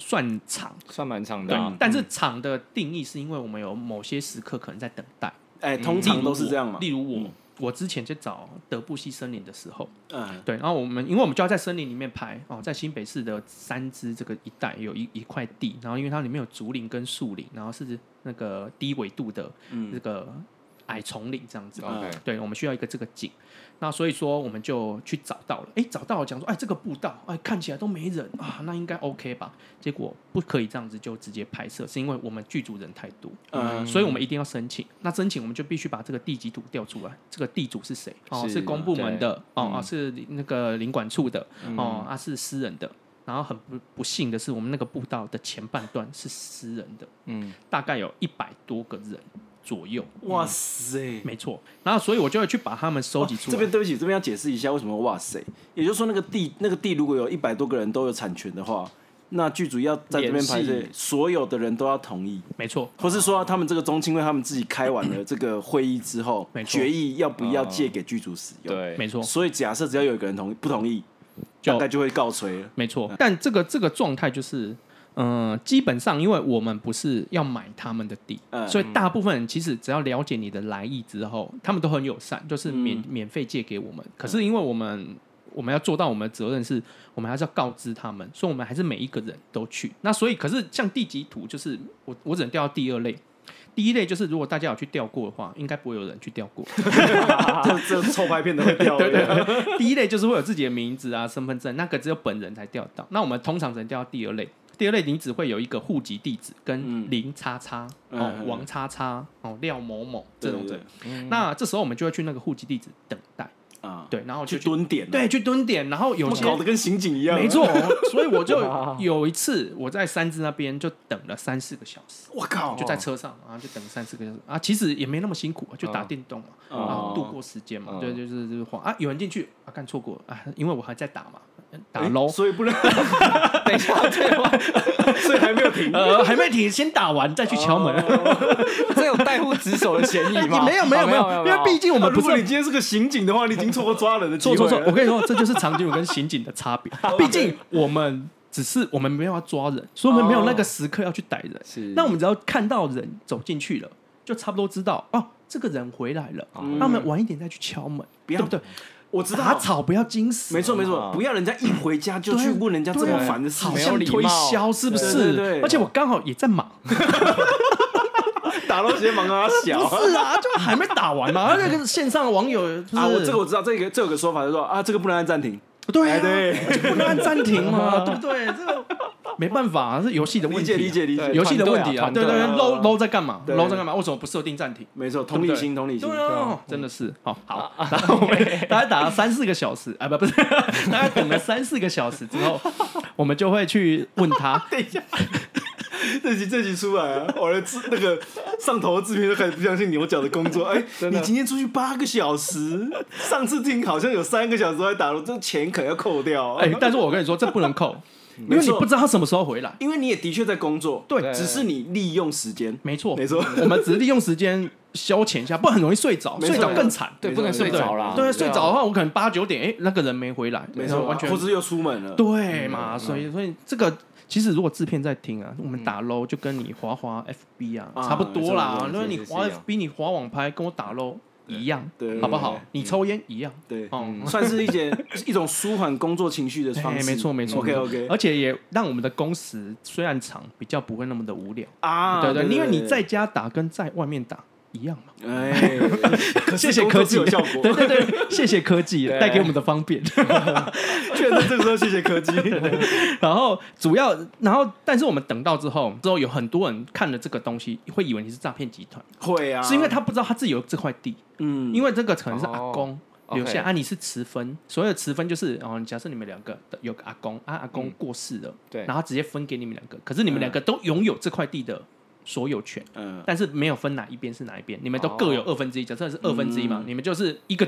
算长， 算蛮长的、啊。 对，但是长的定义是因为我们有某些时刻可能在等待。 哎、欸，通常都是这样嘛。 例如 我, 例如我、嗯，我之前去找德布西森林的时候， 嗯， 对，然后我们因为我们就要在森林里面拍哦，在新北市的三芝这个一带有一一块地，然后因为它里面有竹林跟树林，然后是那个低纬度的这个矮丛林这样子。 嗯、 对，我们需要一个这个景。那所以说我们就去找到了，哎，找到了，讲说，哎，这个步道，哎，看起来都没人啊，那应该 OK 吧？结果不可以这样子就直接拍摄，是因为我们剧组人太多，嗯，所以我们一定要申请。那申请我们就必须把这个地籍图调出来，这个地主是谁？哦，是公部门的，哦、嗯啊，是那个领管处的，嗯、哦啊，是私人的。然后很不不幸的是，我们那个步道的前半段是私人的，嗯，大概有一百多个人。左右， 哇塞、嗯， 没错。然后，所以我就会去把他们收集出来。 这边对不起，这边要解释一下为什么哇塞，也就是说，那个地，那个地如果有一百多个人都有产权的话，那剧组要在这边拍摄，所有的人都要同意， 没错。 或是说，他们这个中青会他们自己开完了这个会议之后，决议要不要借给剧组使用， 对， 没错。 所以假设只要有一个人同意不同意，大概就会告吹了， 没错。但这个这个状态就是。嗯，基本上因为我们不是要买他们的地，嗯、所以大部分人其实只要了解你的来意之后，他们都很友善，就是免、嗯、免费借给我们。可是因为我们我们要做到我们的责任是，我们还是要告知他们，所以我们还是每一个人都去。那所以可是像地籍图，就是我我只能调到第二类。第一类就是如果大家有去调过的话，应该不会有人去调过。 这这臭拍片都会调。 对对对。第一类就是会有自己的名字啊、身份证，那个只有本人才调到。那我们通常只能调到第二类。第二类你只会有一个户籍地址跟林叉叉、嗯哦嗯、王叉叉、哦、廖某某这种人。那这时候我们就会去那个户籍地址等待。啊，对，然后就去蹲点， 对，去蹲点，然后有些搞得跟刑警一样， 没错。所以我就有一次我在三芝那边就等了三四个小时， 我靠， 就在车上，然后就等三四个小时啊，其实也没那么辛苦，就打电动嘛，然后度过时间嘛，对，就是就是晃啊，有人进去啊，干错过啊，因为我还在打嘛。打 low， 所以不能等一下， 所以还没有停， 呃，还没停，先打完再去敲门。 这有带护职守的嫌疑吗？ 没有没有没有，因为毕竟我们不是。 如果你今天是个刑警的话，你已经错过抓人的机会了。 错错错，我跟你说，这就是长颈鹿跟刑警的差别。毕竟我们只是我们没有要抓人，所以我们没有那个时刻要去逮人。是，那我们只要看到人走进去了，就差不多知道哦，这个人回来了。那我们晚一点再去敲门，对不对？ 我知道打草不要惊死， 没错没错，不要人家一回家就去问人家这么烦的事， 好像推销是不是？ 对对对， 而且我刚好也在忙， 打到时间忙啊小， 不是啊，就还没打完嘛。那个线上的网友啊，我这个我知道，这个这有个说法就是说啊，这个不能按暂停， 对啊， 对， 就不能按暂停嘛，对不对？这个。没办法，是游戏的问题， 理解理解理解， 游戏的问题啊，对对对 ，low low 在干嘛 ？low 在干嘛？为什么不设定暂停？ 没错，同理心，同理心， 对啊，真的是，好好，然后我们大概打了三四个小时，啊不不是，大概等了三四个小时之后，我们就会去问他， 等一下。这集这集出来啊，我的那个上头的制片都开始不相信牛角的工作。哎、欸，你今天出去八个小时，上次听好像有三个小时在打录，这钱可能要扣掉。 哎、欸，但是我跟你说，这不能扣。因为你不知道他什么时候回来， 因为你也的确在工作， 对， 只是你利用时间， 没错， 没错， 我们只是利用时间消遣一下，不然很容易睡着，睡着更惨， 对，不能睡着啦， 对，睡着的话，我可能八九点，哎，那个人没回来， 没错，完全，或是又出门了， 对嘛，所以所以这个其实如果制片在听啊，我们打 low 就跟你滑滑 F B 啊差不多啦，因为你滑 F B 你滑网拍跟我打 low。一样，对，好不好？你抽烟一样， 对，嗯，算是一件一种舒缓工作情绪的方式， 没错没错 ，OK OK， 而且也让我们的工时虽然长，比较不会那么的无聊啊， 对对，因为你在家打跟在外面打一样嘛， 哎， 谢谢科技有效果， 对对对，谢谢科技带给我们的方便， 确实这个时候谢谢科技。 然后主要，然后但是我们等到之后，之后有很多人看了这个东西，会以为你是诈骗集团， 会啊， 是因为他不知道他自己有这块地，嗯，因为这个可能是阿公。留下啊，你是持分，所有的持分就是哦，假设你们两个有个阿公啊，阿公过世了，对，然后直接分给你们两个，可是你们两个都拥有这块地的所有权，嗯，但是没有分哪一边是哪一边，你们都各有二分之一，假设是二分之一嘛，你们就是一个点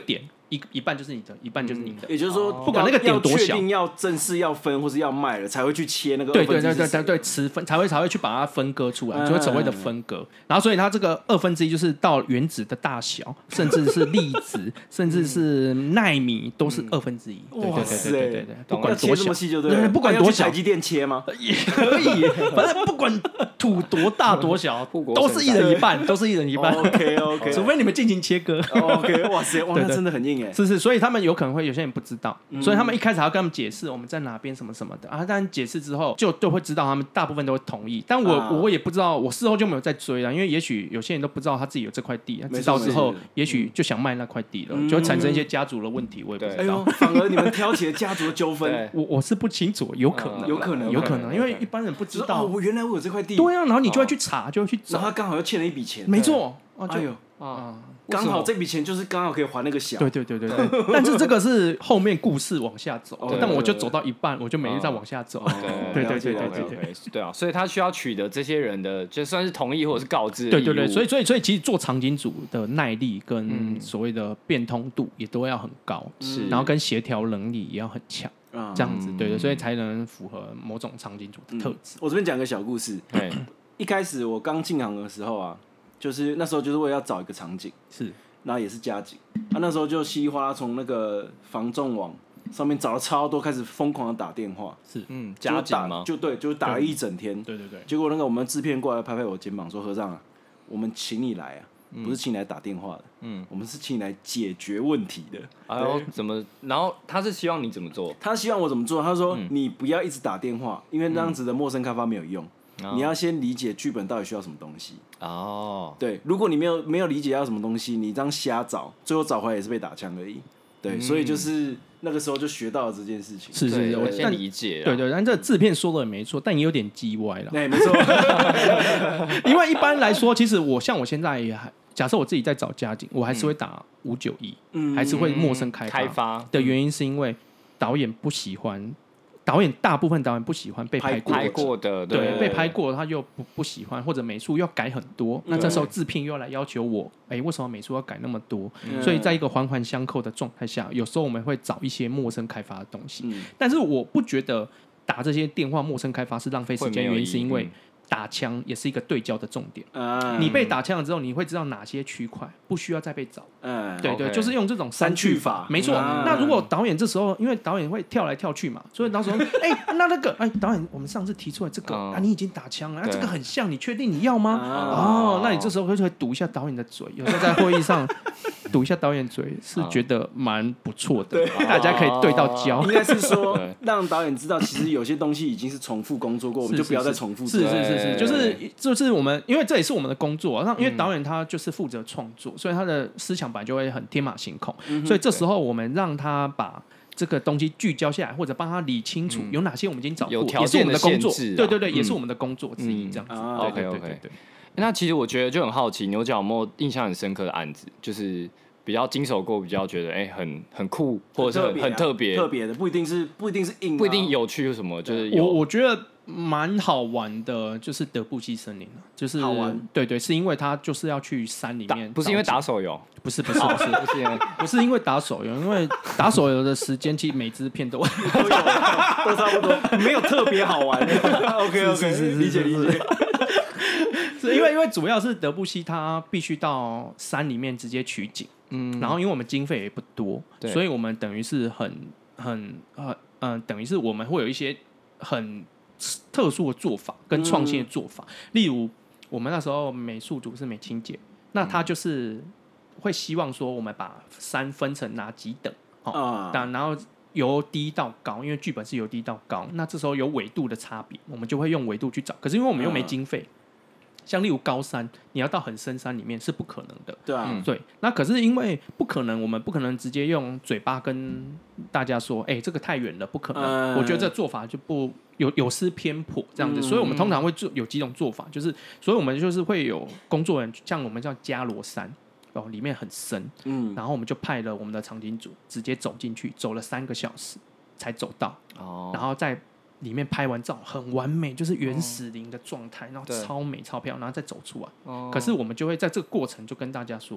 一一半就是你的，一半就是你的。 也就是说， 不管那个点多小， 确定要正式要分或是要卖了，才会去切那个对对对对对对，持分才会才会去把它分割出来，就会所谓的分割。然后所以它这个二分之一就是到原子的大小，甚至是粒子，甚至是奈米，都是二分之一。对对对对对对，不管多小， 对， 不管多小， 台积电切吗？ 也可以，反正不管土多大多小，都是一人一半，都是一人一半。 OK OK， 除非你们进行切割。 OK， 哇塞，哇，那真的很硬哎。 是是，所以他们有可能会有些人不知道，所以他们一开始还要跟他们解释我们在哪边什么什么的啊。但解释之后就就会知道，他们大部分都会同意。但我、啊、我也不知道，我事后就没有再追了，因为也许有些人都不知道他自己有这块地，知道之后也许就想卖那块地了，就会产生一些家族的问题。我也不知道。哎呦， 反而你们挑起了家族的纠纷。 我我是不清楚，有可能， 有可能， 有可能，因为一般人不知道。 哦，我原来我有这块地。 对啊，然后你就会去查，就会去找。 然后他刚好又欠了一笔钱。 没错。 哎呦啊！刚好这笔钱就是刚好可以还那个小。 对对对对对。但是这个是后面故事往下走，但我就走到一半，我就没再往下走。对对对对对对对啊！所以他需要取得这些人的，就算是同意或者是告知。 对对对，所以所以所以其实做场景组的耐力跟所谓的变通度也都要很高，是，然后跟协调能力也要很强。这样子，对对，所以才能符合某种场景组的特质。 我这边讲个小故事。一开始我刚进行的时候啊。就是那时候就是为了要找一个场景， 是， 然后也是家景，啊那时候就稀里哗啦从那个房仲网上面找了超多，开始疯狂的打电话， 是， 嗯，家景吗？ 就对，就是打了一整天， 对对对。 结果那个我们制片过来拍拍我肩膀说：“和尚啊，我们请你来啊，不是请你来打电话的，嗯，我们是请你来解决问题的。” 然后怎么？然后他是希望你怎么做？ 他希望我怎么做？他说：“你不要一直打电话，因为那样子的陌生开发没有用。”你要先理解剧本到底需要什么东西哦。对，如果你没有没有理解要什么东西，你这样瞎找，最后找回来也是被打枪而已。对，嗯、所以就是那个时候就学到了这件事情。 是是是， 我先理解。 对对，但这个制片说的也没错，但也有点叽歪了。 对，没错。 因为一般来说，其实我像我现在也还，假设我自己在找家景，我还是会打五九一，还是会陌生开发。 开发的原因是因为导演不喜欢。导演大部分导演不喜欢被拍过 的, 拍过的， 对，对被拍过他又 不, 不喜欢，或者美术要改很多，那这时候制片又要来要求我，哎，为什么美术要改那么多？嗯、所以在一个环环相扣的状态下，有时候我们会找一些陌生开发的东西，嗯、但是我不觉得打这些电话陌生开发是浪费时间，原因是因为。打枪也是一个对焦的重点。嗯、你被打枪了之后，你会知道哪些区块不需要再被找。嗯、对对， okay, 就是用这种删去法。没错。嗯、那如果导演这时候，因为导演会跳来跳去嘛，所以到时候，哎、欸，那那个，哎、欸，导演，我们上次提出来这个、嗯、啊，你已经打枪了，那、啊、这个很像，你确定你要吗？嗯、哦，那你这时候会会堵一下导演的嘴，有时候在会议上堵一下导演嘴，是觉得蛮不错的，大家可以对到焦。 应该是说让导演知道，其实有些东西已经是重复工作过，我们就不要再重复。 是是是。是，就是就是我们，因为这也是我们的工作、啊。因为导演他就是负责创作，所以他的思想本来就会很天马行空。嗯、所以这时候我们让他把这个东西聚焦下来，或者帮他理清楚有哪些我们已经找过， 有条件的限制、啊， 也是我们的工作。对对对，嗯、也是我们的工作之一，这样子。 嗯、OK OK。那其实我觉得就很好奇，牛角有没有印象很深刻的案子，就是比较经手过，比较觉得哎、欸、很很酷，或者是很特别、 特别的，不一定是不一定是硬、啊， 不一定有趣什么，就是有我我觉得。蛮好玩的，就是德布西森林就是好玩， 对对，是因为他就是要去山里面， 不是因为打手游， 不是不是不是不是因为不是因为打手游，因为打手游的时间其实每支片都都有， 都差不多，没有特别好玩。OK OK， 是理解理解。 是因为因为主要是德布西他必须到山里面直接取景，嗯，然后因为我们经费也不多，所以我们等于是很很呃嗯、呃，等于是我们会有一些很。特殊的做法跟创新的做法，嗯、例如我们那时候美术组是美青姐，那她就是会希望说我们把山分成哪几等，哦嗯、然后由低到高，因为剧本是由低到高，那这时候有纬度的差别，我们就会用纬度去找。可是因为我们又没经费。嗯像例如高山，你要到很深山里面是不可能的， 对啊， 对。那可是因为不可能，我们不可能直接用嘴巴跟大家说，哎、欸，这个太远了，不可能。嗯、我觉得这做法就不有有失偏颇这样子，嗯、所以我们通常会做有几种做法，就是所以我们就是会有工作人员，像我们叫加罗山哦，里面很深，嗯，然后我们就派了我们的场景组直接走进去，走了三个小时才走到，哦，然后再。里面拍完照很完美，就是原始林的状态，然后超美超漂亮，然后再走出来。哦、可是我们就会在这个过程就跟大家说，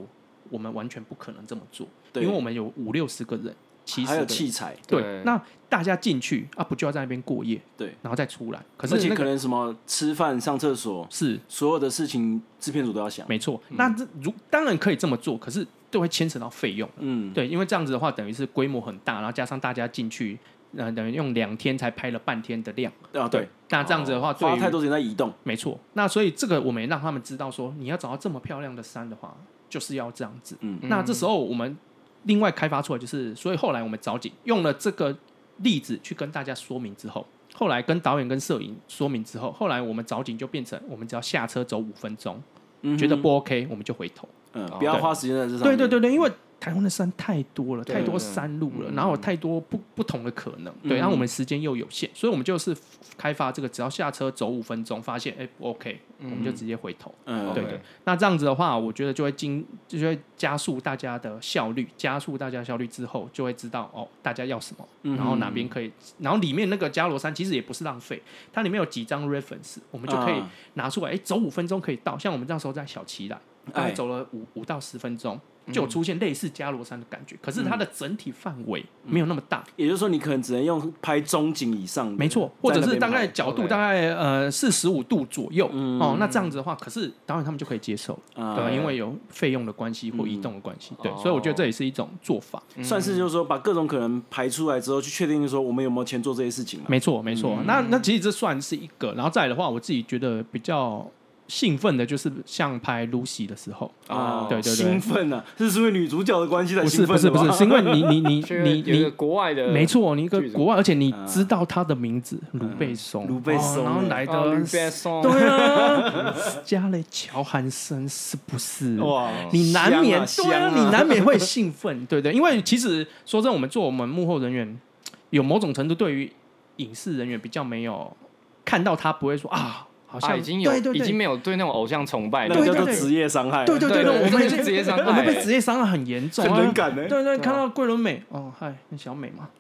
我们完全不可能这么做，因为我们有五六十个人。 还有器材， 对，对那大家进去啊，不就要在那边过夜， 对， 然后再出来。可是、 那個、而且可能什么吃饭、上厕所， 是所有的事情，制片组都要想。 没错，嗯、那这如当然可以这么做，可是都会牵扯到费用。嗯，对，因为这样子的话，等于是规模很大，然后加上大家进去，呃，等于用两天才拍了半天的量。 啊，对。 那这样子的话， 花太多时间在移动。 没错，那所以这个我们也让他们知道说，你要找到这么漂亮的山的话，就是要这样子。嗯，那这时候我们。另外开发出来就是，所以后来我们找景用了这个例子去跟大家说明之后，后来跟导演跟摄影说明之后，后来我们找景就变成我们只要下车走五分钟，嗯、觉得不 OK 我们就回头， 嗯，不要花时间在这上面。 对对对对，因为台湾的山太多了，太多山路了，然后有太多不不同的可能，对，然后我们时间又有限，所以我们就是开发这个，只要下车走五分钟，发现哎不 OK，我们就直接回头。嗯，对对。那这样子的话，我觉得就会经就会加速大家的效率，加速大家效率之后，就会知道哦，大家要什么，然后哪边可以，然后里面那个加罗山其实也不是浪费，它里面有几张 reference， 我们就可以拿出来，哎，走五分钟可以到，像我们那时候在小旗来，大概走了五五到十分钟。就有出现类似加罗山的感觉，可是它的整体范围没有那么大， 也就是说，你可能只能用拍中景以上的， 没错，或者是大概角度大概呃四十五度左右、嗯、哦，那这样子的话，可是导演他们就可以接受，嗯、对吧？因为有费用的关系或移动的关系，嗯、对，所以我觉得这也是一种做法， 嗯、算是就是说把各种可能排出来之后，去确定说我们有没有钱做这些事情。 没错，没错。嗯、那那其实这算是一个，然后再来的话，我自己觉得比较。兴奋的就是像拍 Lucy 的时候啊，对对对， 兴奋啊，这是因为女主角的关系才兴奋的吗？ 不是不是不是，是因为你你你你你国外的， 没错，你一个国外，而且你知道他的名字卢贝松， 卢贝松， 然后来的卢贝松， 对啊，加雷乔韩森是不是？哇，你难免对啊，你难免会兴奋，对对，因为其实说真的，我们做我们幕后人员，有某种程度对于影视人员比较没有看到他不会说啊。好像、 啊、已经有对对对， 已经没有对那种偶像崇拜， 那叫做职业伤害。 对对对对，我们是职业伤害， 我们被职业伤害很严重， 很敏感呢。 对对，看到桂纶镁，哦嗨，那小美嘛，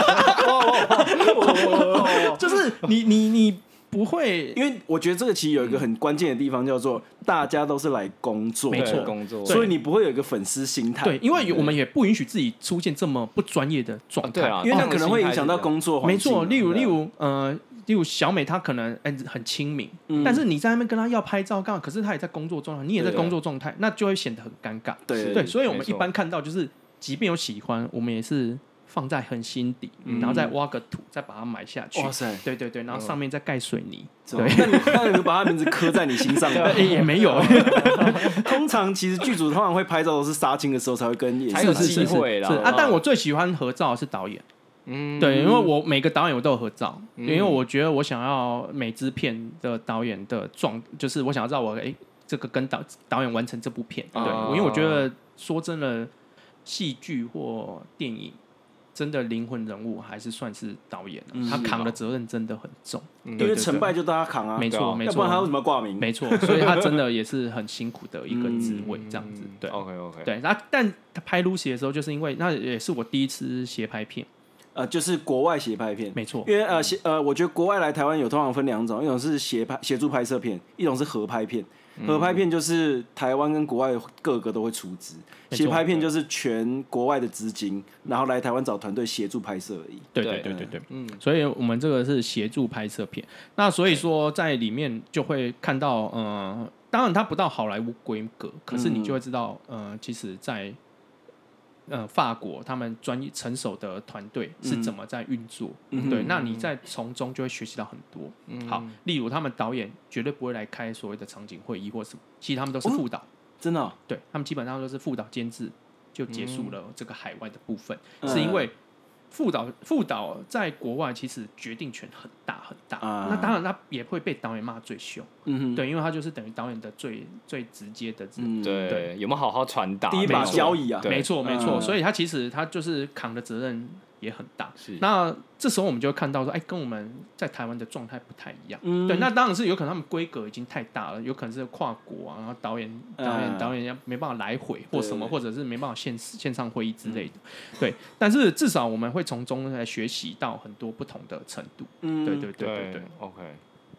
就是你你你不会， 因为我觉得这个其实有一个很关键的地方，叫做大家都是来工作， 没错， 工作， 所以你不会有一个粉丝心态。 对，因为我们也不允许自己出现这么不专业的状态， 因为那可能会影响到工作环境。 没错，例如例如呃。例如小美，她可能很亲民、嗯，但是你在那边跟她要拍照干嘛？可是她也在工作状态，你也在工作状态，那就会显得很尴尬。 对对，所以我们一般看到就是，即便有喜欢，我们也是放在很心底，嗯、然后再挖个土，再把它埋下去。哇塞！对对对，然后上面再盖水泥。 嗯、对，那你把他名字刻在你心上吗？ 也没有。 通常其实剧组通常会拍照都是杀青的时候才会跟， 才有机会啦。 是啊，但我最喜欢合照的是导演。嗯，对，因为我每个导演我都有合照，嗯、因为我觉得我想要每支片的导演的状，就是我想要知道我哎，这个跟导导演完成这部片，对，哦、因为我觉得说真的，戏剧或电影真的灵魂人物还是算是导演，嗯、他扛的责任真的很重， 嗯、因为成败就大家扛啊， 没错没错， 要不然他为什么要挂名？ 没错，所以他真的也是很辛苦的一个职位，这样子，对 ，OK OK， 对，然后但他拍 Lucy 的时候，就是因为那也是我第一次协拍片。 呃，就是国外协拍片， 没错， 因为呃协呃，我觉得国外来台湾有通常分两种，一种是协拍协助拍摄片，一种是合拍片。合拍片就是台湾跟国外各个都会出资，协拍片就是全国外的资金，然后来台湾找团队协助拍摄而已。 对对对对对，嗯，所以我们这个是协助拍摄片，那所以说在里面就会看到，呃，当然它不到好莱坞规格，可是你就会知道，呃，其实在。呃，法国他们专业成熟的团队是怎么在运作？嗯、对，那你在从中就会学习到很多。嗯、好，例如他们导演绝对不会来开所谓的场景会议或什么，其实他们都是副导，哦、 真的、哦， 对他们基本上都是副导监制就结束了这个海外的部分，嗯、是因为副导副导在国外其实决定权很大很大，啊、那当然他也会被导演骂最凶，嗯、对，因为他就是等于导演的最最直接的，嗯、 对, 对，有没有好好传达第一把交椅啊？ 没错没错，所以他其实他就是扛的责任也很大。那这时候我们就会看到说，哎，跟我们在台湾的状态不太一样。嗯、对，那当然是有可能他们规格已经太大了，有可能是跨国啊，然后导演导演、嗯、导演要没办法来回或什么，或者是没办法线线上会议之类的。嗯、对，但是至少我们会从中来学习到很多不同的程度。嗯，对对对对对。 OK。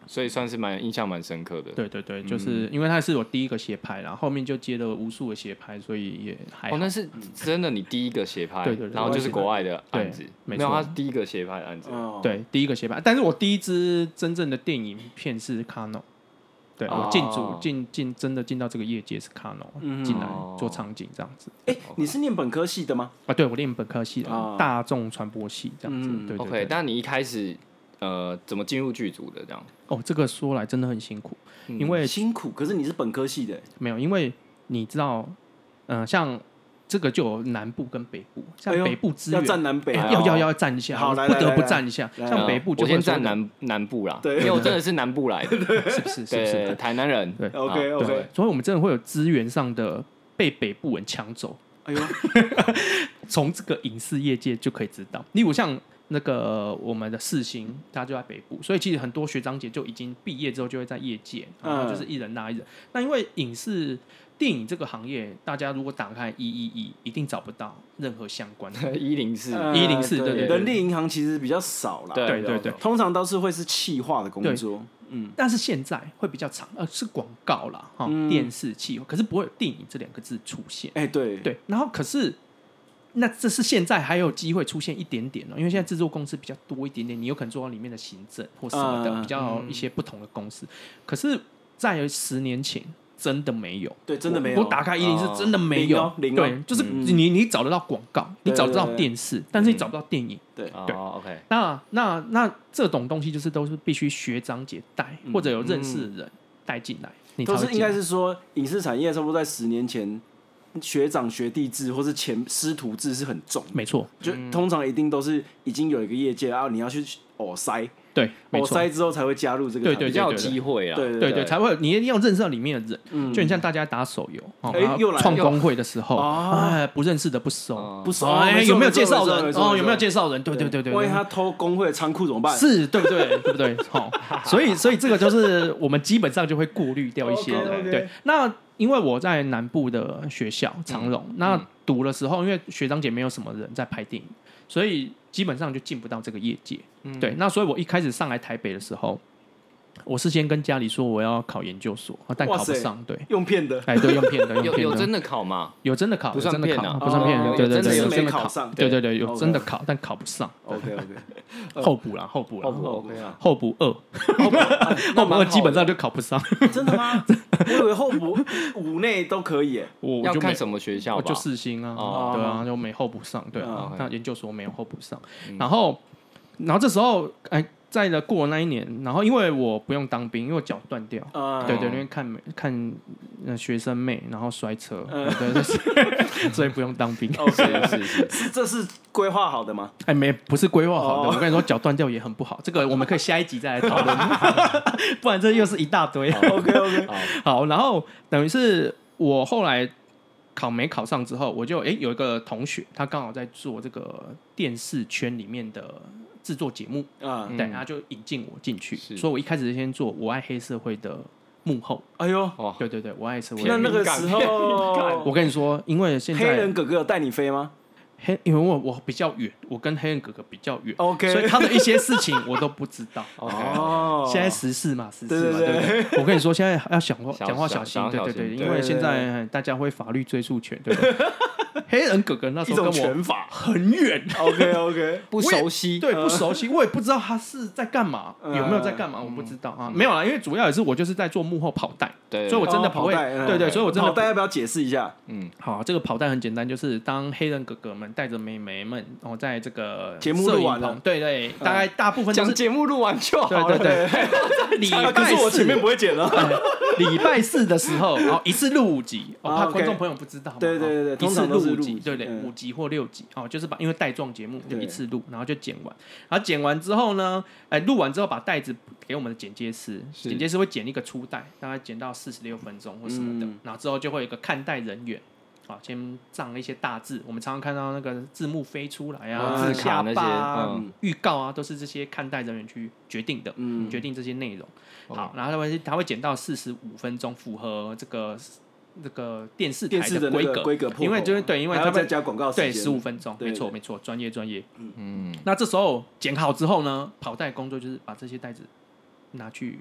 所以算是蛮印象蛮深刻的。 对对对，就是因为他是我第一个斜拍啦，后面就接了无数的斜拍，所以也还好。 哦，那是真的你第一个斜拍， 对对对， 然后就是国外的案子， 没有，他是第一个斜拍的案子， 哦、 对，第一个斜拍。但是我第一支真正的电影片是 Kano， 对、哦、我进组进进真的进到这个业界是 Kano 进、嗯、来做场景这样子。 哎、欸，你是念本科系的吗？ 啊，对，我念本科系的，哦、大众传播系这样子。嗯、对, 对, 对 OK， 但你一开始。呃，怎么进入剧组的这样？ 哦，这个说来真的很辛苦，嗯、因为辛苦。可是你是本科系的， 没有，因为你知道，呃，像这个就有南部跟北部，像北部资源、 哎、要站南北、 欸，要要要站一下， 好， 不得不站一下。像北部就， 我先站南南部啦， 对， 因为我真的是南部来的， 是不是？是不是？ 台南人， 对 ，OK OK， 所以我们真的会有资源上的被北部人抢走。 哎呦， 从这个影视业界就可以知道，例如像。那个我们的世新，他就在北部，所以其实很多学长姐就已经毕业之后就会在业界，然后就是一人拉一人。嗯、那因为影视电影这个行业，大家如果打开一一一，一定找不到任何相关的一零四一零四，对对， 人力银行其实比较少啦， 对对 对, 对， 通常都是会是企划的工作，嗯， 但是现在会比较长，呃，是广告啦，哈、嗯，电视企划，可是不会有电影这两个字出现， 哎、欸，对对，然后可是。那这是现在还有机会出现一点点哦，因为现在制作公司比较多一点点，你有可能做到里面的行政或什么的，嗯、比较一些不同的公司。嗯、可是，在十年前真的没有， 对，真的没有。 我打开一零是真的没有， 零、哦、 对，就是你你找得到广告，你找得到电视，但是你找不到电影。 对对、 哦、，OK。 那那那这种东西就是都是必须学长姐带，或者有认识的人带进来，你都是应该是说影视产业差不多在十年前。学长学弟制或是前师徒制是很重， 没错， 就通常一定都是已经有一个业界，然后你要去偶塞， 对， 偶塞之后才会加入这个， 对对， 比较有机会啊， 对对对, 对, 对，才会你一定要认识到里面的人，嗯、就很像大家打手游，哎、 欸，又来创工会的时候，哎，不认识的不收， 哦、不收， 哎、欸，有没有介绍人？哦，有没有介绍人？对对对对， 万一他偷工会的仓库怎么办？ 是，对不对？对不对？好，所以所以这个就是我们基本上就会过滤掉一些人， okay, okay. 对，那。因为我在南部的学校长荣、嗯，那读的时候，因为学长姐没有什么人在拍电影，所以基本上就进不到这个业界。嗯、对，那所以我一开始上来台北的时候，我是先跟家里说我要考研究所，但考不上。对， 用骗的， 哎，对，用骗的，用骗的。 有有真的考吗？ 有真的考， 不算骗啊， 不算骗。 哦、 对对对， 有真的考上。 对对对，有真的考，但考不上。 OK OK， 后补啦，后补啦， 后补 OK 啊， 后补二，后补二基本上就考不上。 真的吗？我以为后补五内都可以耶。 我要看什么学校吧？ 就世新啊，对啊，就没候补上。对啊，那研究所没有候补上。 嗯然后，然后这时候，哎。在了过了那一年，然后因为我不用当兵，因为我脚断掉，嗯、对对，因为看看学生妹，然后摔车，嗯、对对，所以不用当兵。 哦，是是是，这是规划好的吗？ 哎，没，不是规划好的。哦、我跟你说，脚断掉也很不好，这个我们可以下一集再来讨论，不然这又是一大堆。 OK OK， 好，然后等于是我后来考没考上之后，我就哎有一个同学，他刚好在做这个电视圈里面的。制作节目啊，嗯、对，然后就引进我进去，所以我一开始先做《我爱黑社会》的幕后。 哎呦， 对对对，我爱黑社会。 那那个时候， 我跟你说，因为现在黑人哥哥有带你飞吗？ 黑，因为我我比较远，我跟黑人哥哥比较远 ，OK， 所以他的一些事情我都不知道。 哦， 现在时事嘛，时事嘛，对不对？我跟你说，现在要讲话讲话小心，对对对，因为现在大家会法律追诉权，对不对？黑人哥哥那时候跟我很远 ，OK OK， 不熟悉， 对，不熟悉，我也不知道他是在干嘛，有没有在干嘛，我不知道啊，没有啦，因为主要也是我就是在做幕后跑带， 对， 所以我真的不会，对对，所以我真的跑带要不要解释一下？ 嗯，好，这个跑带很简单，就是当黑人哥哥们带着妹妹们，然后在这个节目录完了， 对对，大概大部分都是节目录完就好了， 对对对，礼拜四我前面不会剪了， 礼拜四的时候，然后一次录五集，我怕观众朋友不知道， 对对对对， 一次录五集，对对，五集或六集，哦，就是把因为带状节目就一次录，然后就剪完，然后剪完之后呢，哎，录完之后把带子给我们的剪接师，剪接师会剪一个初带，大概剪到四十六分钟或什么的，然后之后就会有一个看带人员。好，先藏一些大字，我们常常看到那个字幕飞出来啊，字卡那些预告啊，都是这些看待人员去决定的，嗯、决定这些内容。好，然后他会他会剪到四十五分钟，符合这个这个电视台的规格， 规格， 因为就是对，因为他再加广告时间， 对，十五分钟，没错没错，专业专业。嗯，那这时候剪好之后呢，跑带工作就是把这些带子拿去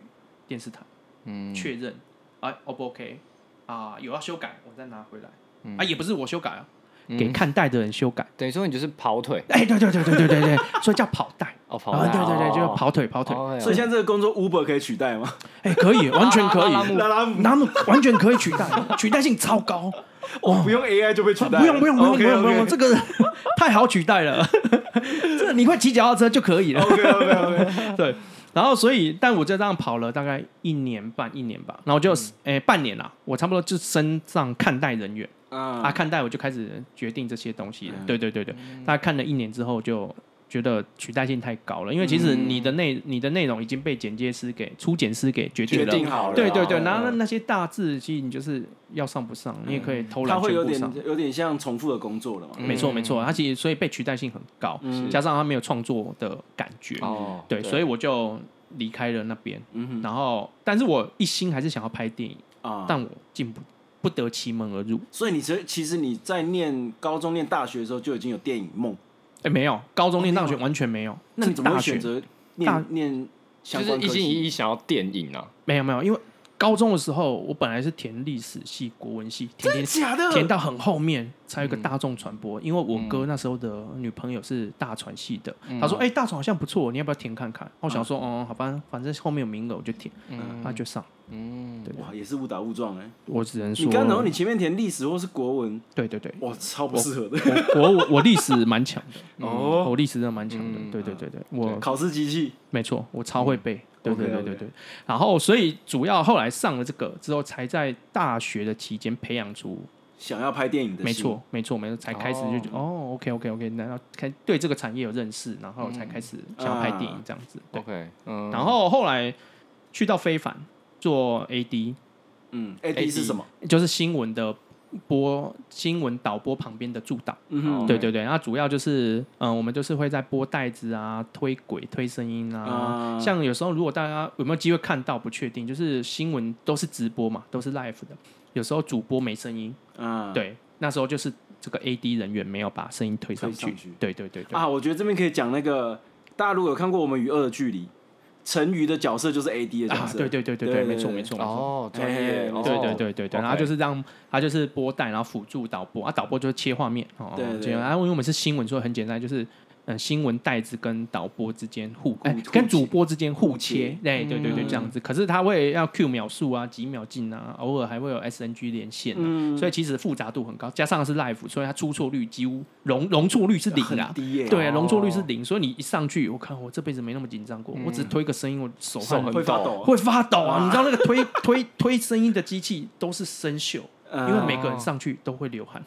电视台，嗯，确认啊 ，O 不 OK 啊？有要修改，我再拿回来。嗯、啊，也不是我修改啊，嗯、给看带的人修改。 等于说你就是跑腿。 哎、欸，对对对对对对对，所以叫跑带。 哦，跑带。 啊，对对对，就是跑腿跑腿。 哦、所以现在这个工作 Uber 可以取代吗？ 哎、欸，可以，完全可以。 拉拉姆， 拉姆完全可以取代，取代性超高。 哦，不用 A I 就被取代了。 不用不用不用 okay, 不用不用， okay. 这个太好取代了。这你会骑脚踏车就可以了。 OK OK OK。 对。然后，所以，但我就这样跑了大概一年半，一年吧。然后就，诶、嗯欸，半年啦，我差不多就升上看待人员、嗯、啊，看待我就开始决定这些东西了。嗯、对对对对，嗯、大概看了一年之后，就觉得取代性太高了，因为其实你的内、嗯、你的内容已经被剪接师给初剪师给决定了， 决定好了。 对对对，然后那些大字，其实你就是要上不上，你也可以偷懒全部上。它会有点有点像重复的工作了嘛？ 没错没错，它其实所以被取代性很高，嗯、加上它没有创作的感觉。 哦， 对，所以我就离开了那边，嗯、然后，但是我一心还是想要拍电影啊，但我进不不得其门而入。 所以你其实你在念高中、念大学的时候就已经有电影梦？ 哎、欸，没有，高中念大学完全没有。哦、 那你怎么会选择念念相关科系？ 就是一心一意想要电影啊？ 没有没有，因为高中的时候我本来是填历史系、国文系，填真的假的？ 填到很后面才有一个大众传播，嗯、因为我哥那时候的女朋友是大传系的，嗯、他说：“哎、欸，大传好像不错，你要不要填看看？”我想说：“哦、嗯，好吧，反正后面有名额我就填。”嗯，他就上。 嗯，对，哇，也是误打误撞哎、欸。 我只能说， 你刚刚你前面填历史或是国文， 对对对， 哇，超不适合的。 我我我历史蛮强的哦，我历史真的蛮强的。对对对对，我考试机器， 没错，我超会背。对对对对对。然后，所以主要后来上了这个之后，才在大学的期间培养出想要拍电影的心。 没错没错没错，才开始就觉得哦 ，OK OK OK， 然后开对这个产业有认识，然后才开始想要拍电影这样子。 OK， 嗯。 然后后来去到非凡。做 A D， 嗯 ，A D 是什么？ 就是新闻的播新闻导播旁边的助导，嗯对对对，那主要就是，嗯、呃，我们就是会在播带子啊、推轨、推声音啊，啊像有时候如果大家有没有机会看到，不确定，就是新闻都是直播嘛，都是 live 的，有时候主播没声音，啊，对，那时候就是这个 A D 人员没有把声音推上去，上去对对 对, 对啊，我觉得这边可以讲那个，大家如果有看过我们与恶的距离。陈瑜的角色就是 A D 的角色， 啊、对对对对对，没错没错没错。 哦，专业， 对对对对对，然后就是让他就是播带，然后辅助导播，啊，导播就是切画面，哦， 对对。 然后因为我们是新闻，所以很简单，就是嗯，新闻带子跟导播之间互，哎，跟主播之间互切，对对对对，这样子。可是他会要 Q 秒数啊，几秒进啊，偶尔还会有 S N G 连线啊，所以其实复杂度很高，加上是 live， 所以它出错率几乎容容错率是零啊，对，容错率是零，所以你一上去，我看我这辈子没那么紧张过，我只推个声音，我手汗会发抖， 会发抖啊！你知道那个推推推声音的机器都是生锈。因为每个人上去都会流汗，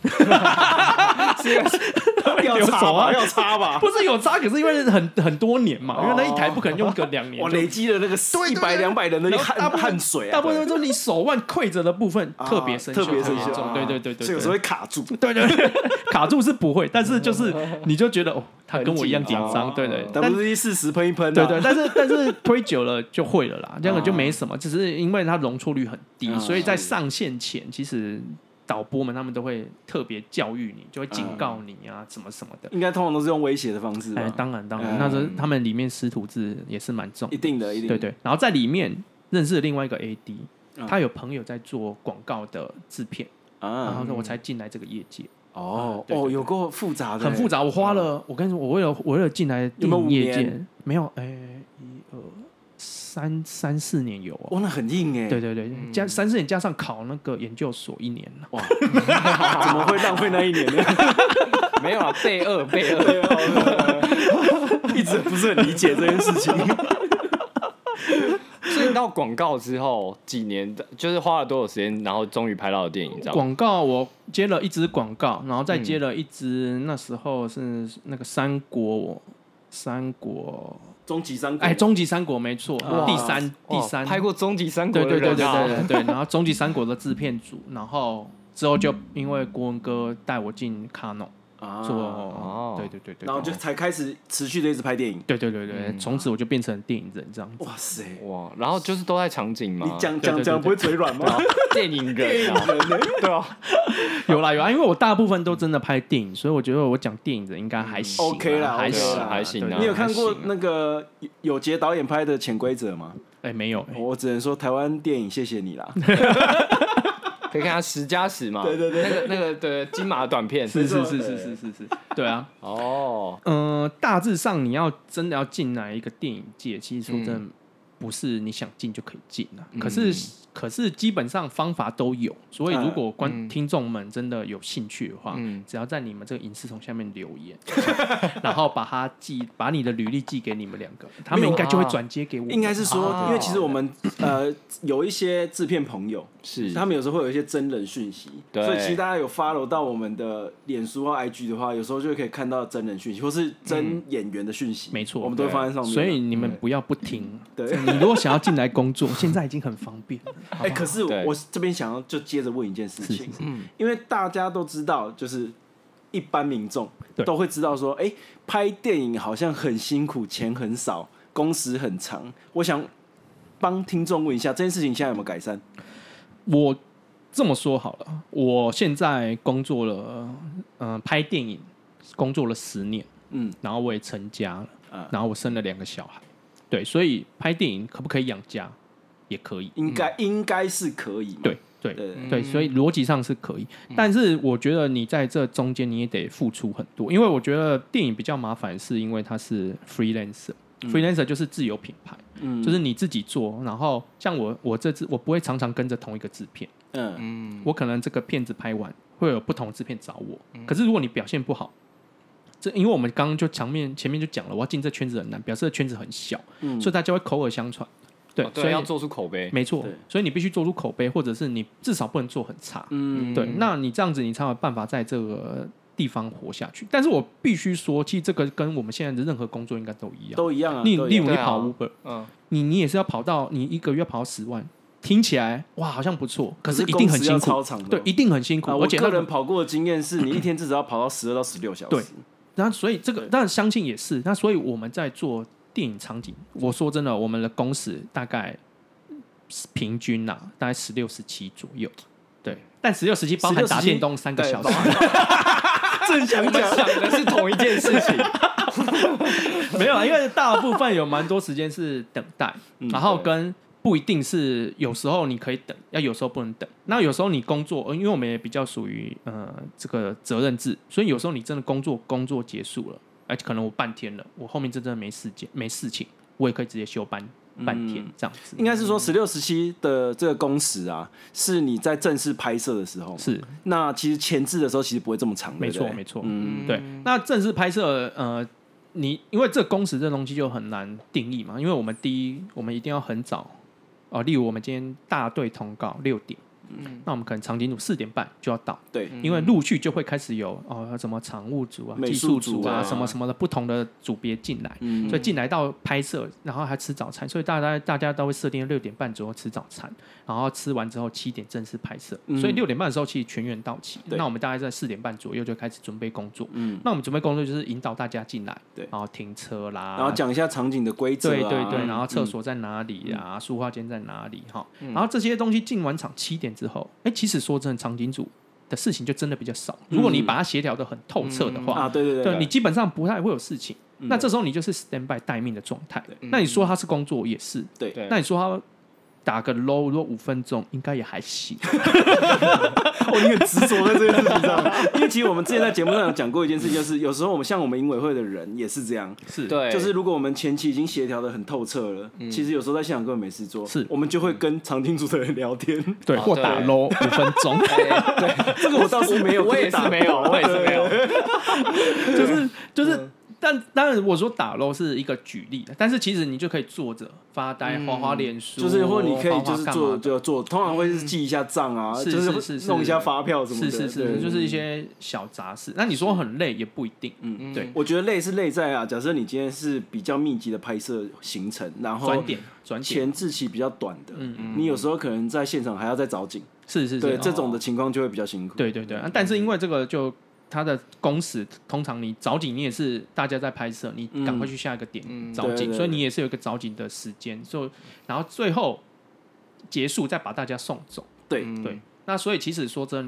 要擦吧，要擦吧， 不是有擦，可是因为很很多年嘛，因为那一台不可能用个两年， 我累积了那个一百两百人的汗汗水啊， 大部分都是你手腕跪着的部分特别生锈， 特别生锈， 对对对对， 所以有时候会卡住， 对对对，卡住是不会，但是就是你就觉得哦，他跟我一样紧张，对对 ，W D 四十喷一喷， 对对，但是但是推久了就会了啦，这样就没什么，只是因为它容错率很低，所以在上线前其实。导播们他们都会特别教育你，就会警告你啊，什么什么的。 应该通常都是用威胁的方式吧？ 哎，当然当然，那时候他们里面师徒制也是蛮重， 一定的，一定对对。然后在里面认识了另外一个 A D， 他有朋友在做广告的制片啊，然后我才进来这个业界。 哦哦，有够复杂的， 很复杂。我花了，我跟你说，我为了我为了进来电影业界，没有哎，一二。三三四年有哦， 哇，那很硬哎。 对对对，加、嗯、三四年加上考那个研究所一年了， 哇，怎么会浪费那一年呢？ 没有啊，备二备二， 一直不是很理解这件事情。 所以到广告之后几年，就是花了多少时间，然后终于拍到了电影？ 广告我接了一支广告，然后再接了一支，那时候是那个三国，三国。 终极三国， 哎，终极三国没错，第三第三拍过终极三国的人，对对对对对对，然后终极三国的制片组，然后之后就因为国文哥带我进卡农做，哦，对对对对， 然后就才开始持续的一直拍电影， 对对对对，从此我就变成电影人这样子， 哇塞哇，然后就是都在场景嘛， 你讲讲讲不会嘴软吗？ 电影人啊，对啊， 有啦有啦，因为我大部分都真的拍电影，所以我觉得我讲电影人应该还行 ，OK 啦， 还行还行。 你有看过那个有杰导演拍的《潜规则》吗？ 哎、欸，没有、欸， 我只能说台湾电影谢谢你啦。 可以看他十加十嘛， 对对对， 那个那个对金马短片， 是是是是是是是，对啊， 哦， 嗯、呃，大致上你要真的要进来一个电影界，其实说真的不是你想进就可以进的、啊嗯，可是。可是基本上方法都有，所以如果观、嗯、听众们真的有兴趣的话，嗯、只要在你们这个影视丛下面留言，然后把它寄，把你的履历寄给你们两个，他们应该就会转接给我。 应该是说，啊、因为其实我们呃有一些制片朋友， 是他们有时候会有一些真人讯息，所以其实大家有 follow 到我们的脸书或 I G 的话，有时候就可以看到真人讯息，或是真演员的讯息。 没、嗯、错， 我们都会放在上面。 所以你们不要不听。对，你如果想要进来工作，现在已经很方便了。 哎、欸，可是我这边想要就接着问一件事情，是是是因为大家都知道，就是一般民众都会知道说，哎、欸，拍电影好像很辛苦，钱很少，工时很长。我想帮听众问一下，这件事情现在有没有改善？ 我这么说好了，我现在工作了，嗯、呃，拍电影工作了十年，嗯，然后我也成家了，嗯、然后我生了两个小孩，对，所以拍电影可不可以养家？也可以， 应该、嗯、应该是可以嘛， 对对 对, 对, 对，所以逻辑上是可以、嗯，但是我觉得你在这中间你也得付出很多，因为我觉得电影比较麻烦，是因为它是 freelancer，freelancer、嗯、freelancer 就是自有品牌、嗯，就是你自己做，然后像我我这支我不会常常跟着同一个制片，嗯，我可能这个片子拍完会有不同的制片找我、嗯，可是如果你表现不好。这因为我们刚刚就前面前面就讲了，我要进这圈子很难，表示这圈子很小、嗯，所以大家会口耳相传。对， 哦、对所以要做出口碑， 没错，所以你必须做出口碑，或者是你至少不能做很差。嗯，对，那你这样子，你才有办法在这个地方活下去。但是我必须说，其实这个跟我们现在的任何工作应该都一样， 都一样啊。 你例如你跑 Uber，、 啊嗯、 你你也是要跑到你一个月跑十万，听起来哇好像不错，可是一定很辛苦， 超长的对，一定很辛苦。 啊、 而且我个人跑过的经验是，你一天至少要跑到十二到十六小时。 对，然后所以这个当然相信也是，那所以我们在做电影场景，我说真的，我们的工时大概。平均啊，大概十六、十七左右，对，但十六、十七包含打电动三个小时。 正想讲想的是同一件事情， 没有啊，因为大部分有蛮多时间是等待，嗯、然后跟不一定是有时候你可以等，要有时候不能等。那有时候你工作，因为我们也比较属于呃这个责任制，所以有时候你真的工作工作结束了，而且可能我半天了，我后面真的没事件没事情，我也可以直接休班。半天这样子， 应该是说十六、十七的这个工时啊，是你在正式拍摄的时候是。 那其实前置的时候其实不会这么长， 没错没错，嗯，对。那正式拍摄，呃，你因为这个工时这东西就很难定义嘛，因为我们第一，我们一定要很早哦、呃，例如我们今天大队通告六点。嗯，那我们可能场景组四点半就要到， 对， 因为陆续就会开始有哦，什么场务组啊、技术组啊，什么什么的不同的组别进来、嗯，所以进来到拍摄，然后还吃早餐，所以大家大家都会设定六点半左右吃早餐，然后吃完之后七点正式拍摄、嗯，所以六点半的时候其实全员到齐，那我们大概在四点半左右就开始准备工作，嗯，那我们准备工作就是引导大家进来，对，然后停车啦， 然后讲一下场景的规则、啊， 对对对，然后厕所在哪里啊，书画间在哪里哈、嗯，然后这些东西进完场七点之后，哎，其实。说真的，场景组的事情就真的比较少。如果你把它协调的很透彻的话， 嗯嗯、啊，对对 对, 对，你基本上不太会有事情。嗯、那这时候你就是 stand by 待命的状态。那你说他是工作也是， 对。 那你说他打个 low， 如果五分钟应该也还行。 我你很执着在这件事情上，因为其实我们之前在节目上有讲过一件事情，就是有时候我们像我们营委会的人也是这样， 是对， 就是如果我们前期已经协调的很透彻了、嗯，其实有时候在现场根本没事做， 是， 我们就会跟场景组的人聊天， 对，或打 low 五分钟， 对，这个我倒是没有， 我也是没有，我也是没有， 就是就是。嗯但当然，我说打 low 是一个举例的，但是其实你就可以坐着发呆、滑滑脸书， 就是或你可以就是做就做，通常会是记一下账啊， 是就是弄一下发票什么的， 是是是，就是一些小杂事。那你说很累也不一定，嗯，对。 我觉得累是累在啊，假设你今天是比较密集的拍摄行程，然后转点转点前置期比较短的，嗯，你有时候可能在现场还要再找景， 是是是， 对这种的情况就会比较辛苦。 对对对，但是因为这个就。它的工时通常你找景，你也是大家在拍摄，你赶快去下一个点、嗯、找景，所以你也是有一个找景的时间，所以然后最后结束再把大家送走。 对、 嗯、对，那所以其实说真的，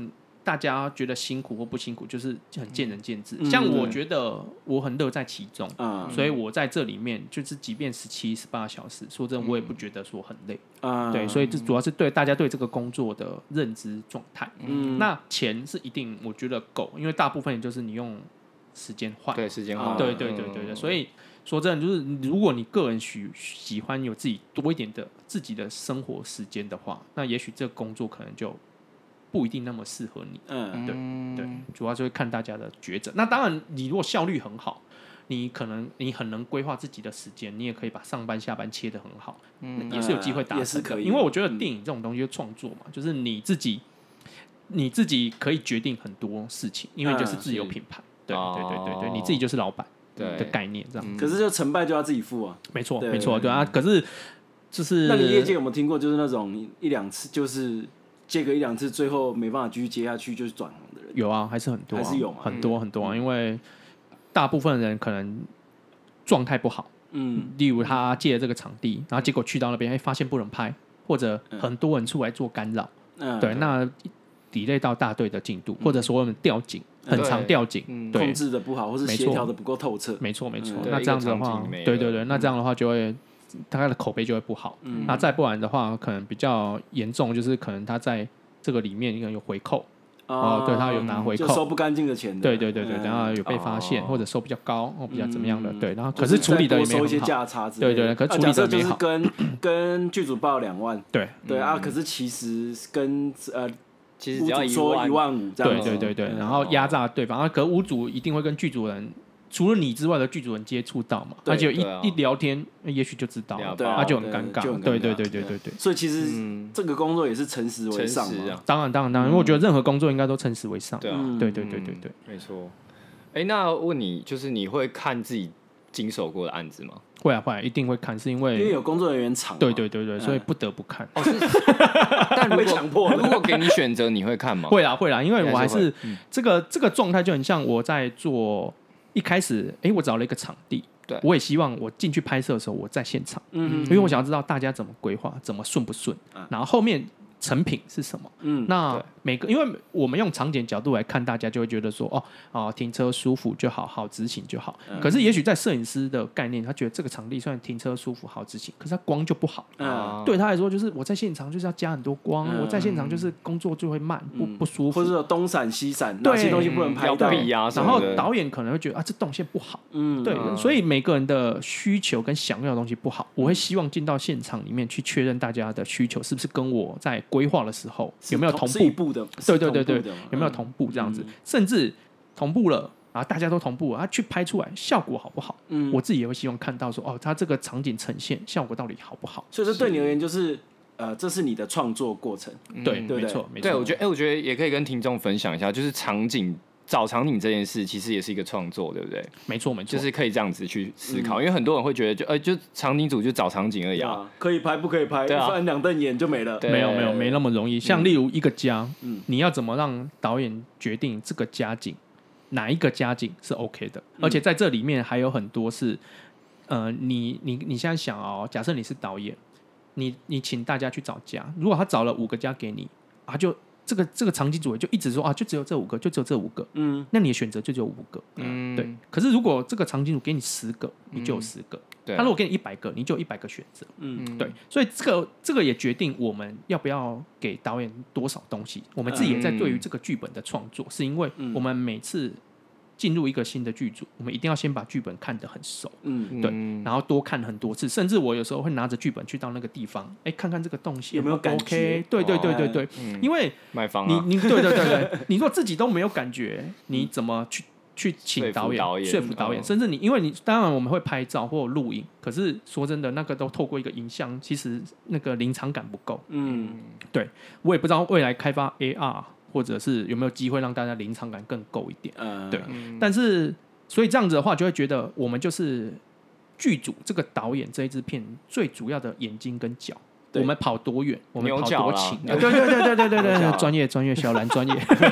大家觉得辛苦或不辛苦，就是很见仁见智。嗯、像我觉得我很乐在其中，嗯、所以我在这里面就是即便十七、十八小时，说真的，我也不觉得说很累。嗯、对，所以这主要是对大家对这个工作的认知状态。嗯，那钱是一定我觉得够，因为大部分也就是你用时间换， 对时间换， 对对对对对，所以。说真的，就是如果你个人喜喜欢有自己多一点的自己的生活时间的话，那也许这个工作可能就不一定那么适合你。嗯，对对，主要就会看大家的抉择。那当然，你如果效率很好，你可能你很能规划自己的时间，你也可以把上班下班切得很好，嗯，也是有机会达成的。 可以， 因为我觉得电影这种东西就创作嘛，就是你自己你自己可以决定很多事情，因为你就是自由品牌。对对对对对，你自己就是老板。的概念这样、嗯， 可是就成败就要自己付啊。 没错，没错，对啊。可是就是， 那你业界有没有听过，就是那种一两次，就是接个一两次，最后没办法继续接下去，就是转行的人？ 有啊，还是很多、啊， 还是有嘛， 很多很多啊。嗯、因为大部分人可能状态不好，嗯，例如他借了这个场地，然后结果去到那边，哎，发现不能拍，或者很多人出来做干扰，嗯，对，那 delay 到大队的进度，嗯、或者说我们吊颈。很常吊颈、嗯， 控制的不好，或是协调的不够透彻。 没错，没错。嗯、那这样子的话，对对对，那这样的话就会，大概的口碑就会不好。嗯、那再不然的话，可能比较严重，就是可能他在这个里面可能有回扣，哦，对他有拿回扣， 就收不干净的钱的。 对对对对，然后有被发现，或者收比较高，或比较怎么样的，对，然后可是处理的也没有收一些价差之类的。对对，可是处理的没好。 跟跟剧组报两万， 对对啊，可是其实跟呃。 其实只要一万五这样子，对对对对，然后压榨对方，可屋主一定会跟剧组人，除了你之外的剧组人接触到嘛，他就一一聊天，也许就知道了，他就很尴尬，对对对对对对。 所以其实这个工作也是诚实为上嘛， 当然当然当然，因为我觉得任何工作应该都诚实为上，对对对对对对， 没错。哎，那问你，就是你会看自己经手过的案子吗？ 会啊会啊，一定会看，是因为因为有工作人员场， 对对对对，所以不得不看。 哦，是，但如果如果给你选择，你会看吗？ 会啦会啦，因为我还是这个这个状态就很像我在做一开始，哎，我找了一个场地，对，我也希望我进去拍摄的时候我在现场，嗯，因为我想要知道大家怎么规划，怎么顺不顺，然后后面成品是什么？嗯，那每个，因为我们用场景角度来看，大家就会觉得说，哦，哦，停车舒服就好，好执行就好。嗯、可是也许在摄影师的概念，他觉得这个场地虽然停车舒服、好执行，可是它光就不好。嗯，对他来说，就是我在现场就是要加很多光，嗯、我在现场就是工作就会慢，不不舒服， 或者有东闪西闪，哪些东西不能拍到。 然后导演可能会觉得啊，这动线不好。嗯，对，所以每个人的需求跟想要的东西不好，我会希望进到现场里面去确认大家的需求是不是跟我在规划的时候。有没有同步？ 一步的， 对对对对，有没有同步这样子？嗯、甚至同步了啊，大家都同步了，他去拍出来效果好不好？嗯，我自己也会希望看到说，哦，他这个场景呈现效果到底好不好？ 所以这对你而言就是呃，这是你的创作过程， 嗯、对， 对没错，没错。 对，我觉得，哎、欸，我觉得也可以跟听众分享一下，就是场景。找场景这件事其实也是一个创作，对不对？ 没错，没错， 就是可以这样子去思考，嗯、因为很多人会觉得就，就呃，就场景组就找场景而已啊， 啊可以拍不可以拍， 对啊， 翻两瞪眼就没了。 没有没有没那么容易。像例如一个家，嗯、你要怎么让导演决定这个家景哪一个家景是 OK 的？嗯、而且在这里面还有很多是，呃，你你你现在想哦，假设你是导演，你你请大家去找家，如果他找了五个家给你，啊就。这个这个场景组就一直说啊，就只有这五个，就只有这五个，嗯，那你的选择就只有五个，嗯，对。可是如果这个场景组给你十个，你就有十个，对、嗯。他如果给你一百个，你就有一百个选择，嗯，对。所以这个这个也决定我们要不要给导演多少东西。我们自己也在对于这个剧本的创作，嗯、是因为我们每次进入一个新的剧组，我们一定要先把剧本看得很熟，嗯，对，然后多看很多次，甚至我有时候会拿着剧本去到那个地方，哎，看看这个动线有没有感觉 ，OK， 对对对对对，哦嗯、因为卖方、啊、 你你对对对对，你如果自己都没有感觉，你怎么去去请导演说服导演，说服导演哦、甚至你因为你当然我们会拍照或录影，可是说真的，那个都透过一个影像，其实那个临场感不够，嗯，对我也不知道未来开发 A R。或者是有没有机会让大家临场感更够一点？嗯、对，嗯、但是所以这样子的话，就会觉得我们就是剧组这个导演这一支片最主要的眼睛跟脚。我们跑多远，我们跑多勤，对对对对对对对，专业专业，小兰专业，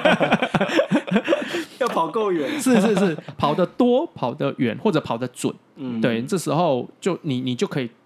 要跑够远， 是是是，跑得多，跑得远，或者跑得准，嗯，对，这时候就你你就可以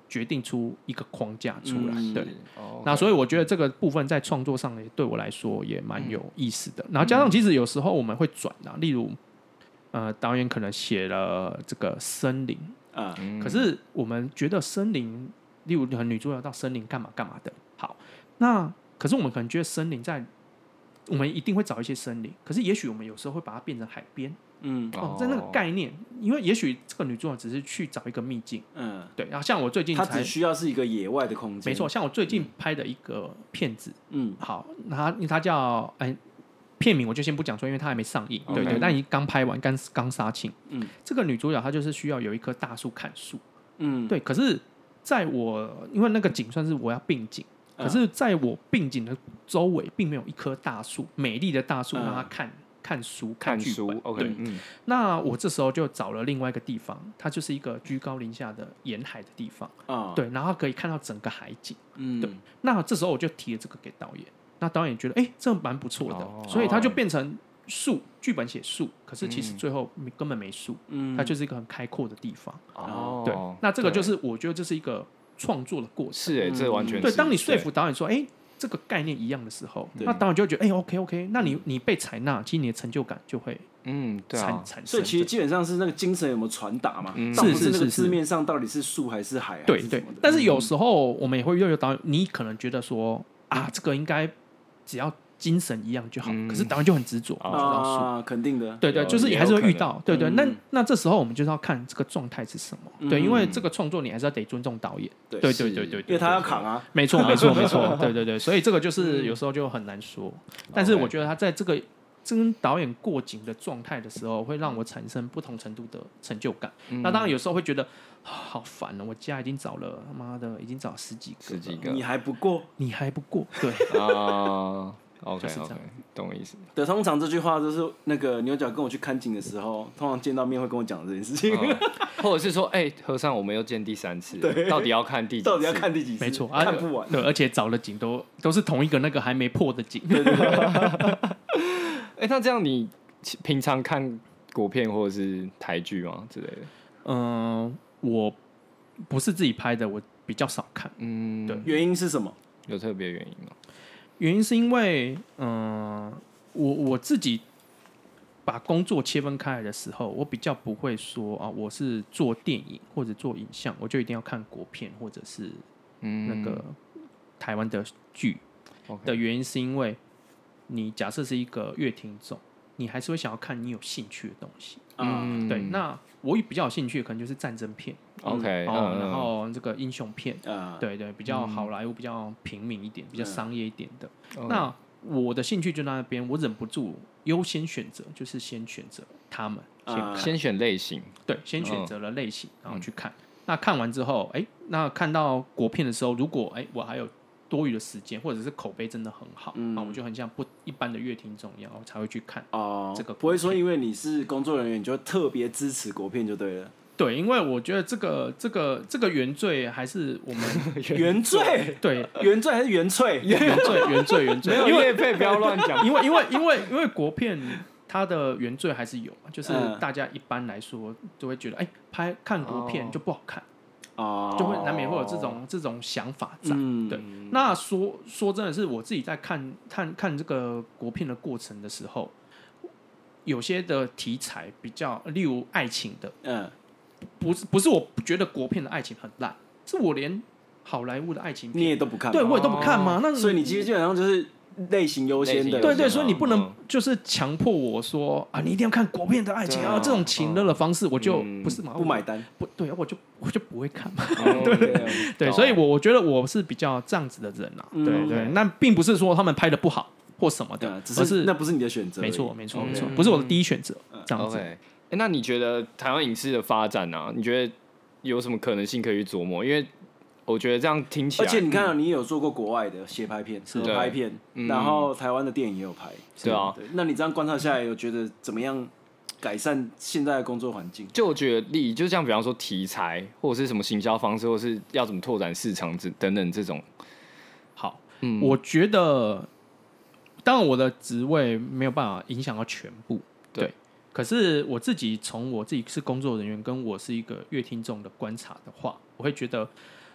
决定出一个框架出来。嗯、对， 哦、 那所以我觉得这个部分在创作上也对我来说也蛮有意思的。嗯、然后加上其实有时候我们会转啊，例如呃导演可能写了这个森林啊，嗯、可是我们觉得森林，例如女主角到森林干嘛干嘛的，好，那可是我们可能觉得森林在。我们一定会找一些森林，可是也许我们有时候会把它变成海边，嗯，哦，在那个概念，因为也许这个女主角只是去找一个秘境，嗯，对，然后像我最近她只需要是一个野外的空间， 没错，像我最近拍的一个片子，嗯，好，它它叫哎，片名我就先不讲说，因为它还没上映， okay. 对对，但已经刚拍完，刚刚杀青，嗯，这个女主角她就是需要有一棵大树砍树，嗯，对，可是在我因为那个景算是我要并景。可是，在我并景的周围，并没有一棵大树，美丽的大树，让他看、嗯、看书、看剧本。 OK， 对、嗯，那我这时候就找了另外一个地方，它就是一个居高临下的沿海的地方。嗯、对，然后可以看到整个海景。嗯，对。那这时候我就提了这个给导演，那导演觉得，哎、欸，这蛮不错的，哦、所以他就变成树，剧本写树，可是其实最后根本没树，嗯，它就是一个很开阔的地方。哦，对，那这个就是我觉得这是一个。创作的过程是哎、欸，这完全是对。当你说服导演说，哎、欸，这个概念一样的时候，那导演就会觉得，哎、欸、，OK OK， 那你你被采纳，其实你的成就感就会嗯对啊产生。 所以其实基本上是那个精神有没有传达嘛？ 嗯、 倒不是那个字面上到底是树还是海还是对对。但是有时候我们也会遇到导演，你可能觉得说啊，这个应该只要。精神一样就好，嗯、可是导演就很执着， 啊，肯定的， 对对，就是你还是会遇到，对对，嗯、那那这时候我们就是要看这个状态是什么，嗯、对，因为这个创作你还是要得尊重导演，对对对对对， 因为他要扛啊， 没错没错没错，对对对，所以这个就是有时候就很难说，但是我觉得他在这个跟导演过紧的状态的时候，会让我产生不同程度的成就感。嗯、那当然有时候会觉得、哦、好烦哦，我家已经找了他妈的已经找十几个， 十几个， 你还不过， 你还不过，对啊。OK OK， 懂我意思。 对，通常这句话就是那个牛角跟我去看景的时候，通常见到面会跟我讲这件事情，嗯、 或者是说，哎、欸，和尚，我们又见第三次，到底要看第几次？ 到底要看第几次？ 没错， 看不完。 对，而且找的景都都是同一个那个还没破的景。 对对对。 哎、欸，那这样你平常看国片或者是台剧吗之类的？ 嗯、呃，我不是自己拍的，我比较少看。嗯，对， 原因是什么？ 有特别原因吗？ 原因是因为，嗯、呃，我我自己把工作切分开来的时候，我比较不会说啊，我是做电影或者做影像，我就一定要看国片或者是那个台湾的剧的原因，是因为你假设是一个乐听众，你还是会想要看你有兴趣的东西。嗯，对。那我比较有兴趣的可能就是战争片。 OK， 哦，然后这个英雄片，嗯、对对，比较好莱坞，比较平民一点，比较商业一点的。嗯、那我的兴趣就在那边，我忍不住优先选择，就是先选择他们，先看、 嗯、先选类型， 对，先选择了类型，然后去看。嗯、那看完之后，哎，那看到国片的时候，如果哎我还有多余的时间，或者是口碑真的很好，嗯、啊，我就很像不一般的乐听众一样，我才会去看哦。这个不会说因为你是工作人员，你就特别支持国片就对了。 对，因为我觉得这个这个这个原罪还是我们原罪， 对， 原罪还是原罪， 原罪原罪原罪， 没有业配不要乱讲， 因为因为因为因为国片它的原罪还是有，就是大家一般来说都会觉得，哎、欸，拍看国片就不好看。哦，就会难免会有这种这种想法在。嗯、对，那说说真的是我自己在看看看这个国片的过程的时候，有些的题材比较，例如爱情的，嗯。不是不是，我觉得国片的爱情很烂，是我连好莱坞的爱情片你也都不看， 对我也都不看嘛。那所以你其实基本上就是类型优先的， 对对，所以你不能就是强迫我说啊，你一定要看国片的爱情啊，这种情勒的方式，我就不是嘛， 不买单， 不对，我就我就不会看嘛。对对，所以我我觉得我是比较这样子的人啊，对对，那并不是说他们拍的不好或什么的， 只是那不是你的选择， 没错没错没错，不是我的第一选择，这样子。 欸、那你觉得台湾影视的发展啊，你觉得有什么可能性可以琢磨？因为我觉得这样听起来， 而且你看到、喔、你也有做过国外的协拍片、合拍片，嗯、然后台湾的电影也有拍， 对啊。 对，那你这样观察下来，有觉得怎么样改善现在的工作环境？ 就我觉得例，就像比方说题材，或者是什么行销方式，或是要怎么拓展市场等等这种。 好，嗯、我觉得，当然我的职位没有办法影响到全部，对。对，可是我自己从我自己是工作人员，跟我是一个乐听众的观察的话，我会觉得，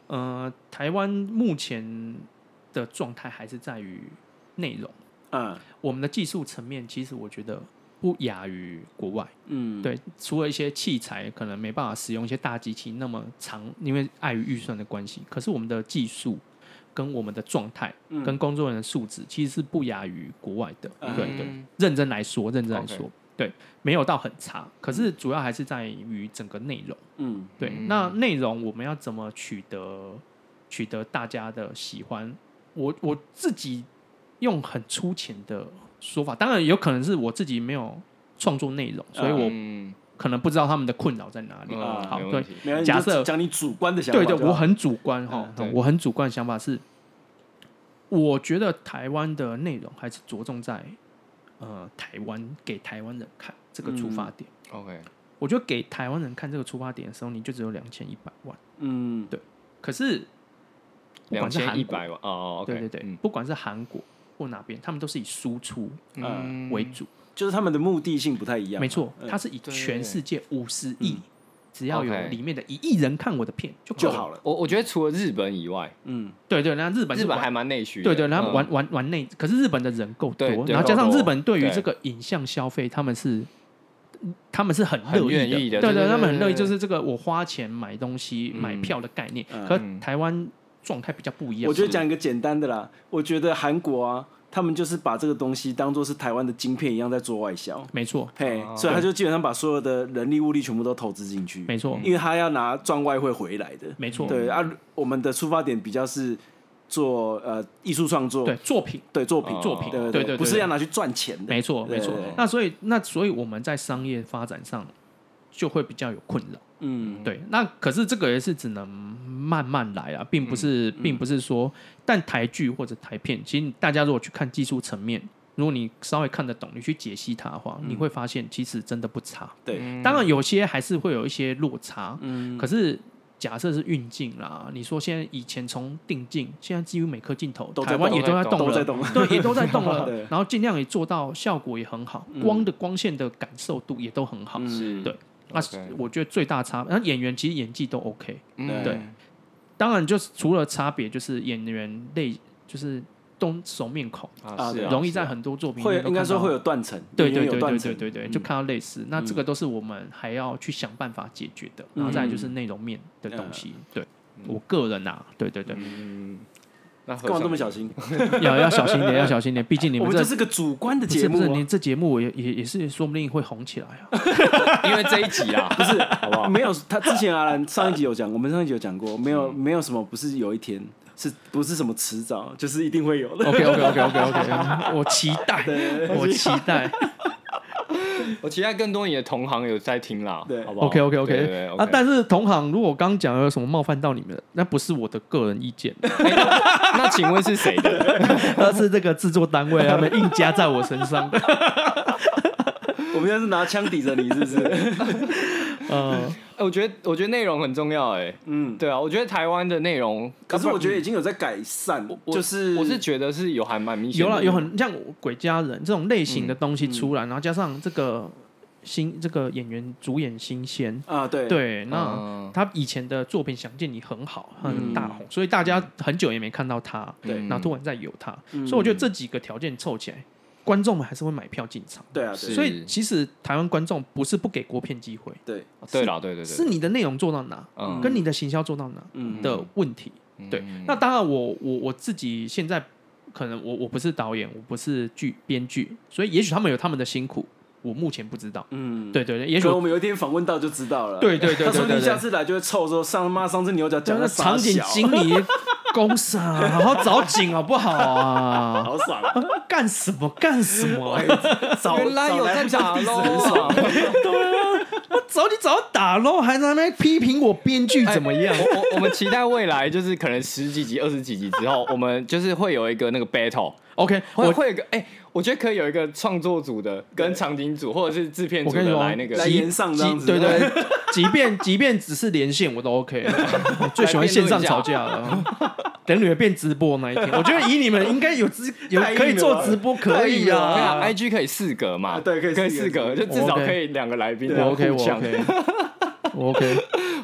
呃，台湾目前的状态还是在于内容，嗯，我们的技术层面其实我觉得不亚于国外，嗯，对，除了一些器材可能没办法使用一些大机器那么长，因为碍于预算的关系，可是我们的技术跟我们的状态、嗯、跟工作人员的素质其实是不亚于国外的，嗯、对对，认真来说，认真来说。Okay.对，没有到很差，可是主要还是在于整个内容。嗯，对，嗯、那内容我们要怎么取得取得大家的喜欢？我我自己用很粗浅的说法，当然有可能是我自己没有创作内容，所以我可能不知道他们的困扰在哪里。嗯、好，对，假设讲你主观的想法， 对对，我很主观哈、嗯，我很主观的想法是，我觉得台湾的内容还是着重在。呃，台湾给台湾人看这个出发点、 嗯、，OK， 我觉得给台湾人看这个出发点的时候，你就只有两千一百万，嗯，对。可是不管是韩国哦， okay, 对对对，嗯、不管是韩国或哪边，他们都是以输出嗯为主， 就是他们的目的性不太一样。 没错，它是以全世界五十亿。嗯只要有里面的一亿人看我的片就就好了。 我我觉得除了日本以外， 嗯，对对，那日本日本还蛮内需的， 对对，然后玩、嗯、玩玩内，可是日本的人够多，然后加上日本对于这个影像消费，他们是他们是很乐意的， 意的对 对, 对，他们很乐意，就是这个我花钱买东西、嗯、买票的概念。嗯、可台湾状态比较不一样。 我觉得讲一个简单的啦，我觉得韩国啊。他们就是把这个东西当作是台湾的晶片一样在做外销， 没错， 嘿，哦、所以他就基本上把所有的人力物力全部都投资进去， 没错， 因为他要拿赚外汇回来的， 没错， 对啊，我们的出发点比较是做呃艺术创作， 对作品， 对作品， 作品， 对 对, 对, 对，不是要拿去赚钱的， 没错，没错。那所以那所以我们在商业发展上就会比较有困扰。嗯，对，那可是这个也是只能慢慢来啊，并不是，嗯、并不是说，但台剧或者台片，其实大家如果去看技术层面，如果你稍微看得懂，你去解析它的话，嗯、你会发现其实真的不差。 对， 当然有些还是会有一些落差。嗯，可是假设是运镜啦，你说现在以前从定镜，现在几乎每颗镜头台湾也都在动了，对，也都在动了，然后尽量也做到效果也很好，光的光线的感受度也都很好，嗯、对。那、okay. 我觉得最大差，那演员其实演技都 OK，、嗯、对。当然，就是除了差别，就是演员类，就是东熟面孔啊， 容易在很多作品会应该说会有断层， 对对对对对对对，就看到类似。嗯、那这个都是我们还要去想办法解决的。嗯、然后再来就是内容面的东西，嗯、对、嗯、我个人啊，对对对。 嗯干嘛这么小心？ 要要小心点，要小心点。毕竟你们这我们这是个主观的节目、啊， 不是不是？你这节目也也也是说不定会红起来啊。 因为这一集啊， 不是好不好？没有，他之前阿兰上一集有讲，我们上一集有讲过，没有、嗯、没有什么不是有一天，是不是什么迟早，就是一定会有的。 OK OK OK OK OK， 我期待，我期待。 我期待更多你的同行有在听啦， 对， 好不好 ？OK OK OK, 對對對 okay. 啊，但是同行如果我刚刚讲有什么冒犯到你们，那不是我的个人意见。 欸、那, 那请问是谁的？ 那是这个制作单位他们硬加在我身上的。 我们现在是拿枪抵着你，是不是？ 嗯，我觉得我觉得内容很重要，哎，嗯，对啊，我觉得台湾的内容， 可是我觉得已经有在改善，就是我是觉得是有还蛮明显的， 有了有很像鬼家人这种类型的东西出来，嗯、然后加上这个新这个演员主演新鲜啊，对对，那、嗯、他以前的作品《想见你》很好，很大红，嗯、所以大家很久也没看到他，对，然后突然再有他，嗯、所以我觉得这几个条件凑起来。观众们还是会买票进场， 对啊，对， 所以其实台湾观众不是不给国片机会， 对， 对啦，对对对， 是你的内容做到哪，嗯、跟你的行销做到哪的问题，嗯、对。嗯、那当然我，我我我自己现在可能我我不是导演，我不是剧编剧，所以也许他们有他们的辛苦。我目前不知道，嗯，对对对，也许我们有一天访问到就知道了。 对对对对对， 他说你下次来就会臭说上妈上次牛角讲的场景经理公司啊，好好找景好不好啊？ 好爽啊！ 干什么干什么？ 原来有在打咯， 对啊，我找你找打咯，还在那边批评我编剧怎么样？ 我我我们期待未来就是可能十几集、二十几集之后，我们就是会有一个那个 battle。OK， 我会有一个哎。我觉得可以有一个创作组的跟场景组或者是制片组的来那个来延上这样子， 对对，即便即便只是连线我都 OK， 我最喜欢线上吵架了。等你们变直播那一天，我觉得以你们应该有资有可以做直播，可以啊。 I G 可以四格嘛？ 对，可以可以四格，就至少可以两个来宾的互呛。 我 OK， 我 OK，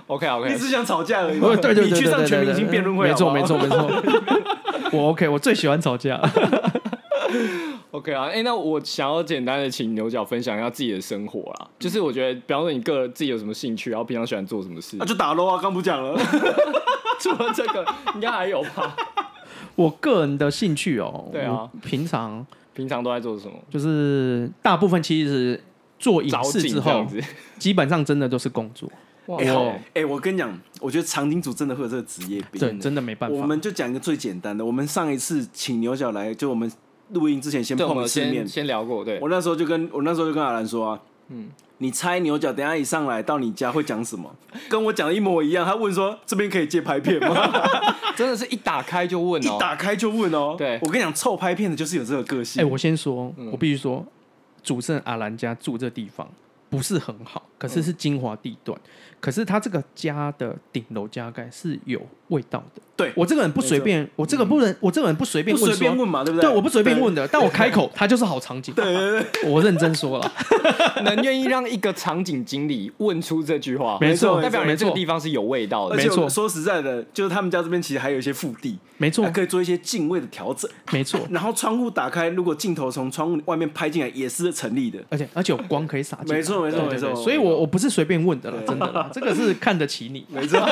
OK OK， 你只想吵架而已嘛。 对对对对对， 你去上全明星辩论会， 没错没错没错。我 OK， 我最喜欢吵架。 OK 啊，哎、欸，那我想要简单的请牛角分享一下自己的生活啦。就是我觉得，比方说你个人自己有什么兴趣，然后平常喜欢做什么事？ 啊，就打咯啊，刚不讲了。 除了这个，应该还有吧？ 我个人的兴趣哦， 对啊， 平常平常都在做什么？ 就是大部分其实做影视之后，基本上真的都是工作。 哎、欸，哎、欸，我跟你讲，我觉得场景组真的会有这个职业病， 对，真的没办法。 我们就讲一个最简单的，我们上一次请牛角来，就我们录音之前先碰了次面， 先聊过。对， 我那时候就跟我那时候就跟阿兰说啊，嗯，你猜牛角等一下一上来到你家会讲什么？跟我讲的一模一样。他问说这边可以借拍片吗？ 真的是一打开就问哦， 一打开就问哦。 对， 我跟你讲，臭拍片的就是有这个个性。 哎、欸，我先说，我必须说，主持人阿兰家住这地方不是很好，可是是精华地段。可是他这个家的顶楼加盖是有味道的。 对， 我这个人不随便，我这个不能，我这个人不随便问， 不随便问嘛，对不对？ 对，我不随便问的，但我开口，他就是好场景。 对对对， 我认真说了， 能愿意让一个场景经理问出这句话， 没错， 代表你这个地方是有味道的。 没错，说实在的，就是他们家这边其实还有一些腹地， 没错， 可以做一些镜位的调整， 没错。 然后窗户打开，如果镜头从窗户外面拍进来，也是成立的。 而且而且有光可以洒进来， 没错没错没错。 所以我我不是随便问的了，真的啦，这个是看得起你， 没错。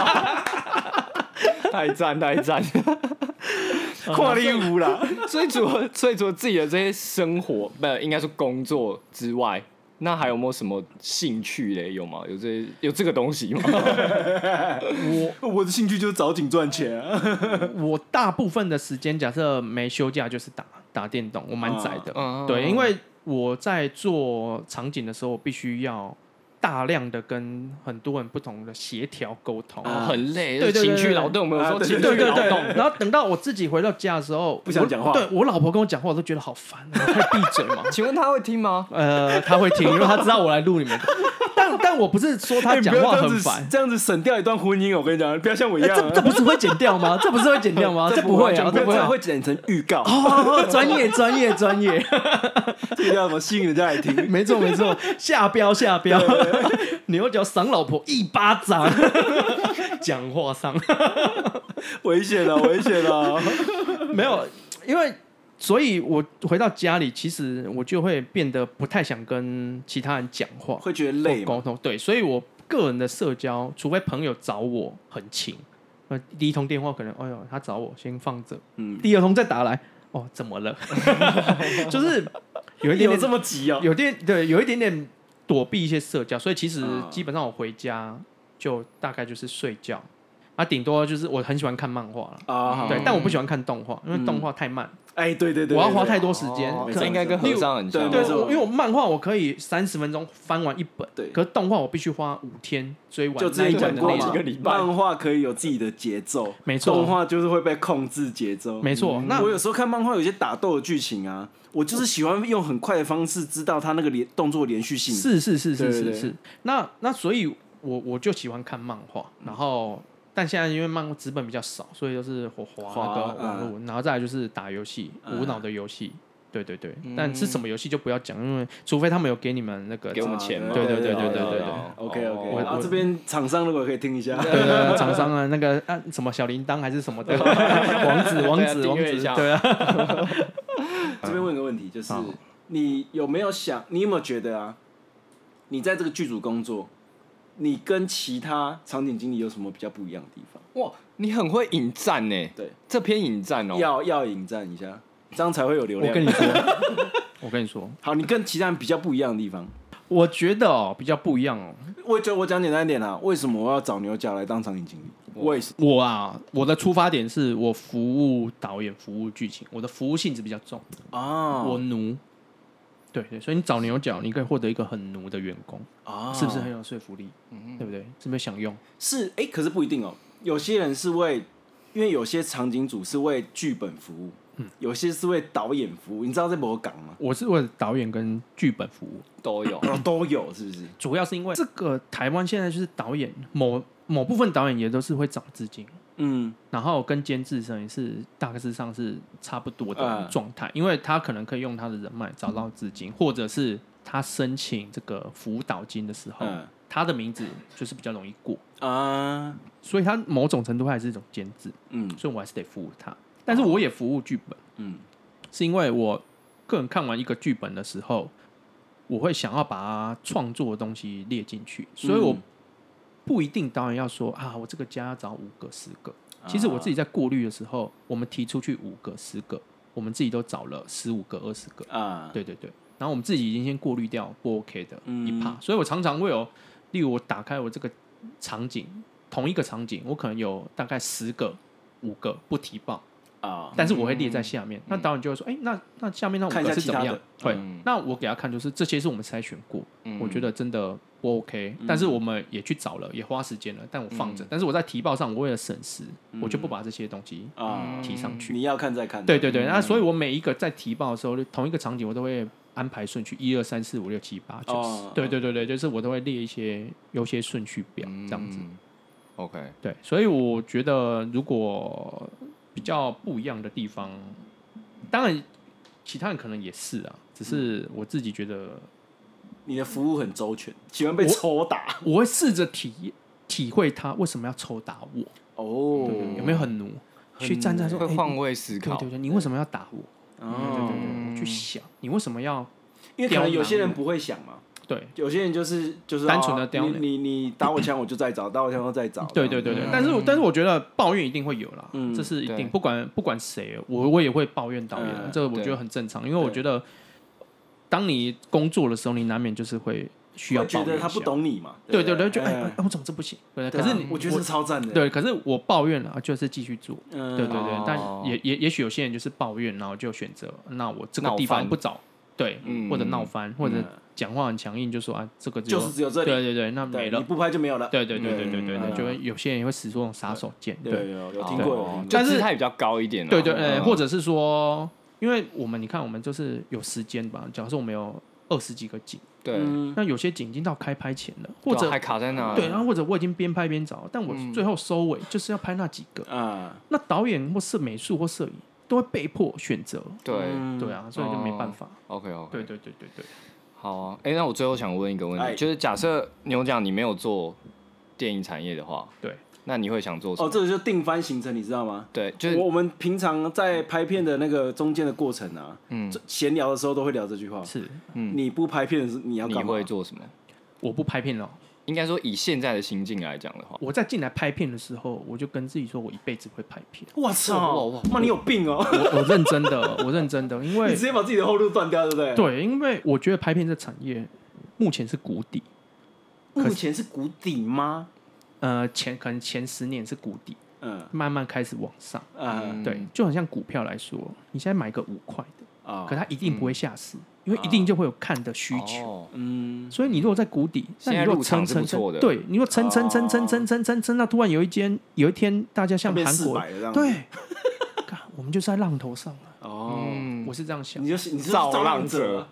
太赞太赞， 跨力舞啦！ 所以除了所以除了自己的这些生活，不应该说工作之外，那还有没有什么兴趣嘞？有吗？有这有这个东西吗？ 我我的兴趣就是找景赚钱啊。 我大部分的时间，假设没休假就是打打电动，我蛮宅的。 嗯、 对，因为我在做场景的时候，我必须要大量的跟很多人不同的协调沟通， 哦，很累， 对对对， 情绪劳动，我们有说情绪劳动。 然后等到我自己回到家的时候， 不想讲话， 对我老婆跟我讲话，我都觉得好烦，可以闭嘴嘛。 请问他会听吗？ 呃，他会听，因为他知道我来录你们。但但我不是说他讲话很烦、 欸，这样子省掉一段婚姻，我跟你讲，不要像我一样、啊欸。这这不是会剪掉吗？这不是会剪掉吗？这不会啊，这不会、啊， 会剪成预告。 哦，专业专业专业， 这叫什么？吸引人家来听。 没错没错，下标下标，牛角赏老婆一巴掌，讲话上危险了，危险了。 没有，因为。所以我回到家里，其实我就会变得不太想跟其他人讲话， 会觉得累沟通。对，所以我个人的社交，除非朋友找我很勤，呃，第一通电话可能，哎呦，他找我先放着，嗯，第二通再打来，哦，怎么了？就是有一点点有这么急哦， 有点对，有一点点躲避一些社交，所以其实基本上我回家就大概就是睡觉。啊，顶多就是我很喜欢看漫画了啊，对，但我不喜欢看动画，因为动画太慢。 哎、欸，对对 对, 對， 我要花太多时间。 这应该跟和尚很像。 对，因为我漫画我可以三十分钟翻完一本， 对， 可是动画我必须花五天追完。 就之前讲过几个礼拜，漫画可以有自己的节奏， 没错， 动画就是会被控制节奏， 没错。那我有时候看漫画，有些打斗的剧情啊，我就是喜欢用很快的方式知道它那个连动作连续性。 是是是是是是。那那所以我我就喜欢看漫画，然后。但现在因为漫画纸本比较少，所以就是我滑那个网络，嗯、然后再来就是打游戏，嗯、无脑的游戏。对对对，嗯、但是什么游戏就不要讲，因为除非他们有给你们那个给我们钱嘛。 对对对对对对对。 OK OK， 我我这边厂商如果可以听一下， 对对对，厂商啊，那个啊什么小铃铛还是什么的，王子王子王子，对啊。 这边问个问题，就是你有没有想，你有没有觉得啊，你在这个剧组工作？你跟其他场景经理有什么比较不一样的地方？ 哇，你很会引战呢。 对， 这篇引战哦， 要要引战一下，这样才会有流量。 我跟你说，我跟你说， 好，你跟其他人比较不一样的地方， 我觉得哦，比较不一样哦。 我觉得我讲简单一点啊，为什么我要找牛角来当场景经理？为什么？ 我啊，我的出发点是我服务导演、服务剧情，我的服务性质比较重啊，我奴。对对，所以你找牛角，你可以获得一个很奴的员工啊，是不是很有说服力？嗯，对不对？是不是想用？ 是，哎，可是不一定哦。有些人是为，因为有些场景组是为剧本服务，嗯，有些是为导演服务。你知道这怎么讲吗？ 我是为导演跟剧本服务， 都有， 都有，是不是？ 主要是因为这个台湾现在就是导演某某部分导演也都是会找资金。嗯，然后跟监制上也是大致上是差不多的状态，嗯、因为他可能可以用他的人脉找到资金，或者是他申请这个辅导金的时候，嗯、 他的名字就是比较容易过啊， 所以他某种程度还是一种监制，嗯，所以我还是得服务他。但是我也服务剧本，嗯，是因为我个人看完一个剧本的时候，我会想要把它创作的东西列进去，所以我不一定导演要说啊，我这个家要找五个、十个。其实我自己在过滤的时候，我们提出去五个、十个，我们自己都找了十五个、二十个啊，对对对。然后我们自己已经先过滤掉不 OK 的一 part，、嗯、所以我常常会有，例如我打开我这个场景，同一个场景，我可能有大概十个、五个不提报啊，但是我会列在下面。嗯、那导演就会说，哎、欸，那那下面那五个是怎么样？对、嗯，那我给他看，就是这些是我们筛选过，嗯、我觉得真的不 OK，、嗯、但是我们也去找了，也花时间了，但我放着。嗯、但是我在提报上，我为了省时，嗯、我就不把这些东西啊提上去、嗯。 你要看再看。 对对对，嗯、那所以我每一个在提报的时候，同一个场景我都会安排顺序，一二三四五六七八九十。对对对对，就是我都会列一些优先顺序表，这样子。嗯、 OK， 对，所以我觉得如果比较不一样的地方，当然其他人可能也是啊，只是我自己觉得你的服务很周全，喜欢被抽打， 我, 我会试着体体会他为什么要抽打我。哦，对对对，有没有很奴？去站在说会换位思考， 欸、对对对，你为什么要打我？哦，对对对，我去想你为什么要， 因为可能有些人不会想嘛。 对， 有些人就是就是单纯的刁难， 你你你打我枪我就再找，打我枪我再找。 对对对对，但是但是我觉得抱怨一定会有啦，这是一定，不管不管谁，我我也会抱怨导演，这个我觉得很正常，因为我觉得当你工作的时候，你难免就是会需要抱怨一下， 觉得他不懂你嘛。 对对对，就哎哎，我怎么这不行？对，可是我觉得是超赞的。 对，可是我抱怨了，就是继续做。对对对，但也也也许有些人就是抱怨，然后就选择那我这个地方不找。对，或者闹翻，或者讲话很强硬，就说啊，这个就是只有这里， 对对对，那没了， 你不拍就没有了。 对对对对对对，就会有些人会使出那种杀手锏。 对，有有听过， 但是它比较高一点。 对对，呃，或者是说，因为我们你看，我们就是有时间吧，假如说我们有二十几个景， 对， 那有些景已经到开拍前了，或者还卡在那， 对，然后或者我已经边拍边找，但我最后收尾就是要拍那几个啊，那导演或是美术或摄影。都会被迫选择， 对对啊，所以就没办法。 哦、OK OK， 对对对对对。 好啊，哎、欸，那我最后想问一个问题，就是假设牛讲你没有做电影产业的话， 对， 那你会想做什么？ 哦，这个就定番行程，你知道吗？ 对，就是我们平常在拍片的那个中间的过程啊，嗯，闲聊的时候都会聊这句话。 是， 嗯，你不拍片的时候你要干嘛？ 你会做什么？ 我不拍片了。 应该说，以现在的心境来讲的话， 我在进来拍片的时候，我就跟自己说，我一辈子会拍片。 我操！妈，你有病哦！ 我我认真的，我认真的，因为你直接把自己的后路断掉，对不对？ 对，因为我觉得拍片这产业目前是谷底。 目前是谷底吗？ 呃，前可能前十年是谷底，嗯，慢慢开始往上，嗯，对，就很像股票来说，你现在买个五块的，啊，可它一定不会下市。因为一定就会有看的需求，嗯，所以你如果在谷底，那你如果撑撑撑，对，你如果撑撑撑撑撑撑撑撑，那突然有一间有一天大家像韩国，对，我们就是在浪头上了，哦，我是这样想， 你就是你是造浪者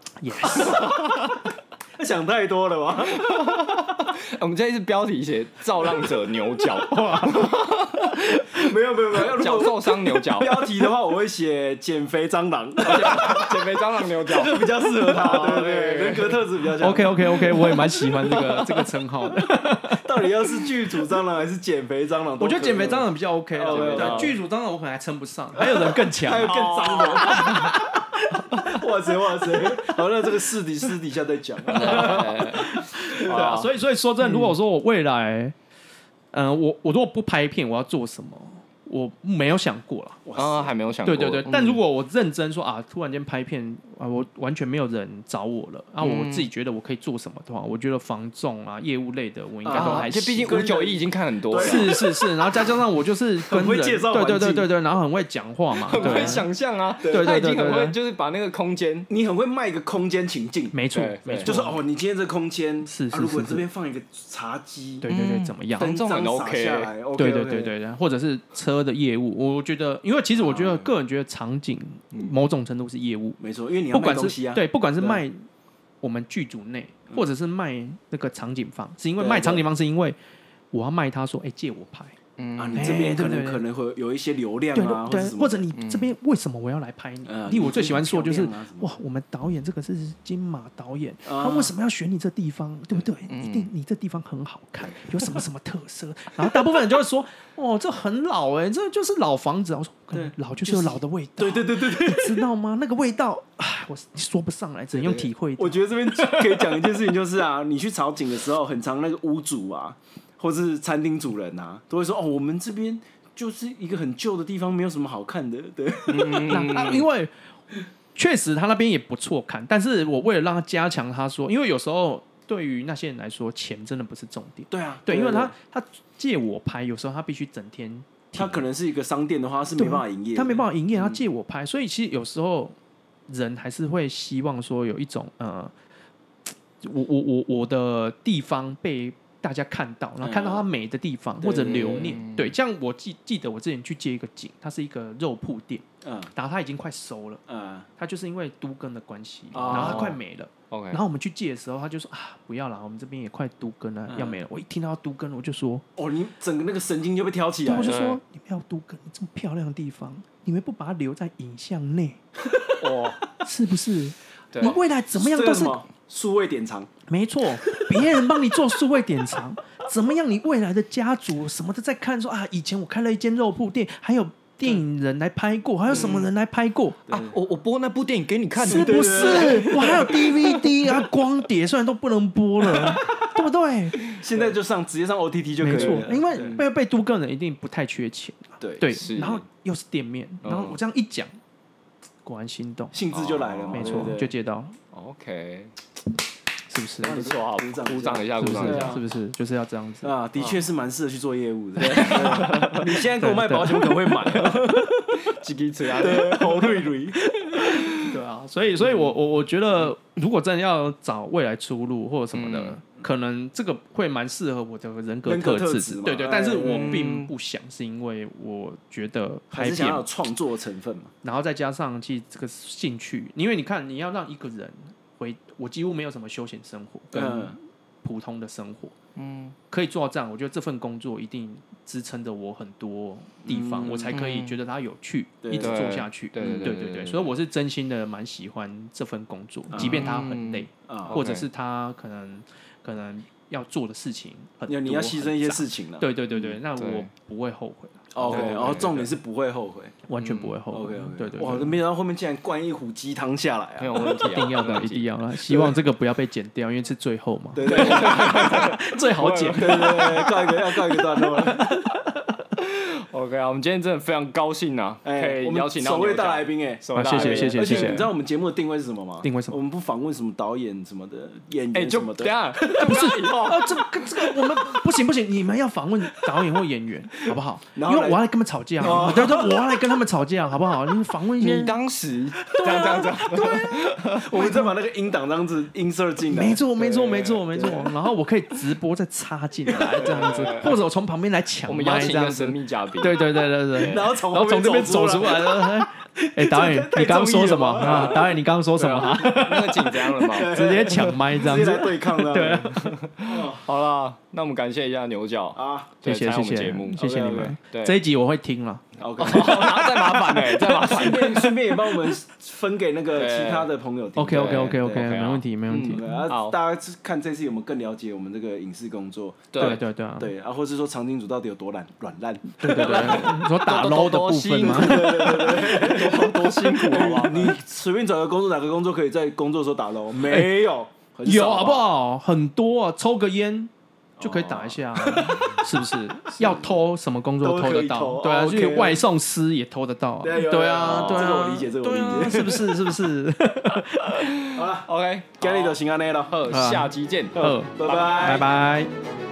，yes， 想太多了吧？ 我们这一次标题写“造浪者牛角”， 没有没有没有， 脚受伤牛角。 标题的话，我会写减肥蟑螂， 减肥蟑螂牛角比较适合他，对对对，人格特质比较像。 OK OK OK， 我也蛮喜欢这个这个称号的。 到底要是剧组蟑螂还是减肥蟑螂？ 我觉得减肥蟑螂比较 OK 了，对，剧组蟑螂我可能还称不上，还有人更强， 还有更脏的。哇塞哇塞！好，那这个私底私底下再讲。 对啊，所以所以说真的，如果说我未来，嗯、呃，我我如果不拍片，我要做什么？我没有想过了， 啊，还没有想过。 对对对，但如果我认真说啊，突然间拍片啊，我完全没有人找我了啊，我自己觉得我可以做什么的话，我觉得房仲啊、业务类的，我应该都还行。 毕竟五九一已经看很多了， 是是是，然后再加上我就是跟人， 对对对对对，然后很会讲话嘛， 很会想象啊， 对对对对， 很会就是把那个空间， 你很会卖一个空间情境， 没错没错， 就是哦，你今天这空间是是， 如果这边放一个茶几， 对对对，怎么样？ 灯光很 OK， 对对对对对，或者是车的业务，我。我觉得，因为其实我觉得，个人觉得场景某种程度是业务， 没错，因为你要卖东西啊。 对，不管是卖我们剧组内，或者是卖那个场景方，是因为卖场景方是因为我要卖他说，哎，借我拍， 嗯啊，你这边可能可能会有一些流量啊， 对，或者你这边为什么我要来拍你？例如我最喜欢说就是，哇，我们导演这个是金马导演，他为什么要选你这地方，对不对？一定你这地方很好看，有什么什么特色？然后大部分人就会说，哦，这很老哎，这就是老房子。我说，老就是有老的味道， 对对对对对， 你知道吗？那个味道，我说不上来，只能用体会。 我觉得这边可以讲一件事情，就是啊，你去炒景的时候，很常那个屋主啊。或是餐厅主人啊，都会说哦，我们这边就是一个很旧的地方，没有什么好看的。对， 嗯啊、因为确实他那边也不错看，但是我为了让他加强，他说，因为有时候对于那些人来说，钱真的不是重点。 对啊， 对，因为他他借我拍，有时候他必须整天， 他可能是一个商店的话，是没办法营业， 他没办法营业，他借我拍，所以其实有时候人还是会希望说有一种呃，我我我我的地方被大家看到，然后看到它美的地方、嗯、或者留念，对，像我记记得我之前去接一个景，它是一个肉铺店，嗯，然后它已经快收了，嗯，它就是因为都更的关系，哦、然后它快没了， OK， 然后我们去借的时候，他就说啊，不要啦，我们这边也快都更了，嗯、要没了。我一听到都更，我就说， 哦，你整个那个神经就被挑起来了， 我就说，你们要都更，这么漂亮的地方，你们不把它留在影像内，哦，是不是？你未来怎么样都是。 数位典藏， 没错，别人帮你做数位典藏，怎么样？你未来的家族什么的在看说啊，以前我开了一间肉铺店，还有电影人来拍过，还有什么人来拍过、 嗯、啊？我我播那部电影给你看， 是不是？我还有 D V D 啊，光碟虽然都不能播了，对不对？ 现在就上直接上 O T T 就可以了， 没错，因为被被都更人一定不太缺钱， 对对，然后又是店面，然后我这样一讲，果然心动， 兴致就来了嘛， 没错，就接到了 ，OK。 是不是？ 不错，好，鼓掌，鼓掌一下，鼓掌一下， 是不是？就是要这样子啊！的确是蛮适合去做业务的。你现在给我卖保险，我可能会买。 叽叽嘴啊， 好瑞瑞。 对啊，所以，所以我我我觉得，如果真的要找未来出路或者什么的，嗯、可能这个会蛮适合我的人格特质。对对，但是我并不想，是因为我觉得还是想要有创作成分嘛。 然后再加上其实这个兴趣，因为你看，你要让一个人。我几乎没有什么休闲生活跟普通的生活，嗯，可以做到这样，我觉得这份工作一定支撑着我很多地方，嗯、我才可以觉得它有趣，嗯、一直做下去。 对对 对, 对, 对, 对, 对，所以我是真心的蛮喜欢这份工作，嗯、即便它很累，嗯、或者是它可能可能要做的事情很多， 你要牺牲一些事情了。 对对对对，那我不会后悔。 OK， 然后重点是不会后悔， 完全不会后悔。 OK， 对对。 哇，没想到后面竟然灌一壶鸡汤下来啊！ 没有问题， 一定要的，一定要的。希望这个不要被剪掉，因为是最后嘛。 对对对， 最好剪。 对对对，告一个要告一个段落了。 OK 啊，我们今天真的非常高兴啊，可以邀请到首位大来宾哎， 谢谢谢谢谢谢。 你知道我们节目的定位是什么吗？ 定位什么？ 我们不访问什么导演什么的，演员什么的。 等下， 不是啊，这个这个我们不行不行，你们要访问导演或演员，好不好？因为我要来跟他们吵架，对对，我要来跟他们吵架，好不好？你访问一些， 你当时这样这样这样， 对，我们再把那个音档这样子 insert 进来， 没错没错没错没错，然后我可以直播再插进来这样子，或者我从旁边来抢， 我们邀请一个神秘嘉宾， 对对对对对。 然后从然后从这边走出来了，哎，导演，你刚刚说什么啊？导演，你刚刚说什么？ 那个紧张了吗？ 直接抢麦这样子， 直接来对抗了。 对， 好了，那我们感谢一下牛角啊， 谢谢谢谢，谢谢你们。这一集我会听了 ，OK， 然后再麻烦哎，再麻烦， 顺便顺便也帮我们分给那个其他的朋友听。 OK OK OK OK， 没问题没问题。 好，大家看这次有没有更了解我们这个影视工作？ 对对对啊， 对啊，或是说长金主到底有多懒软烂？ 对对对，你说打 low 的部分吗？ 对对对对，多辛苦好不好？ 你随便找个工作，哪个工作可以在工作的时候打 low？没有， 有好不好？很多啊，抽个烟就可以打一下，是不是？要偷什么工作偷得到？对啊，去外送师也偷得到。对啊，对啊， 这个我理解，这个我理解， 是不是？是不是？ 好了 ，OK，今日就先安尼了， 下期见， 拜拜， 拜拜。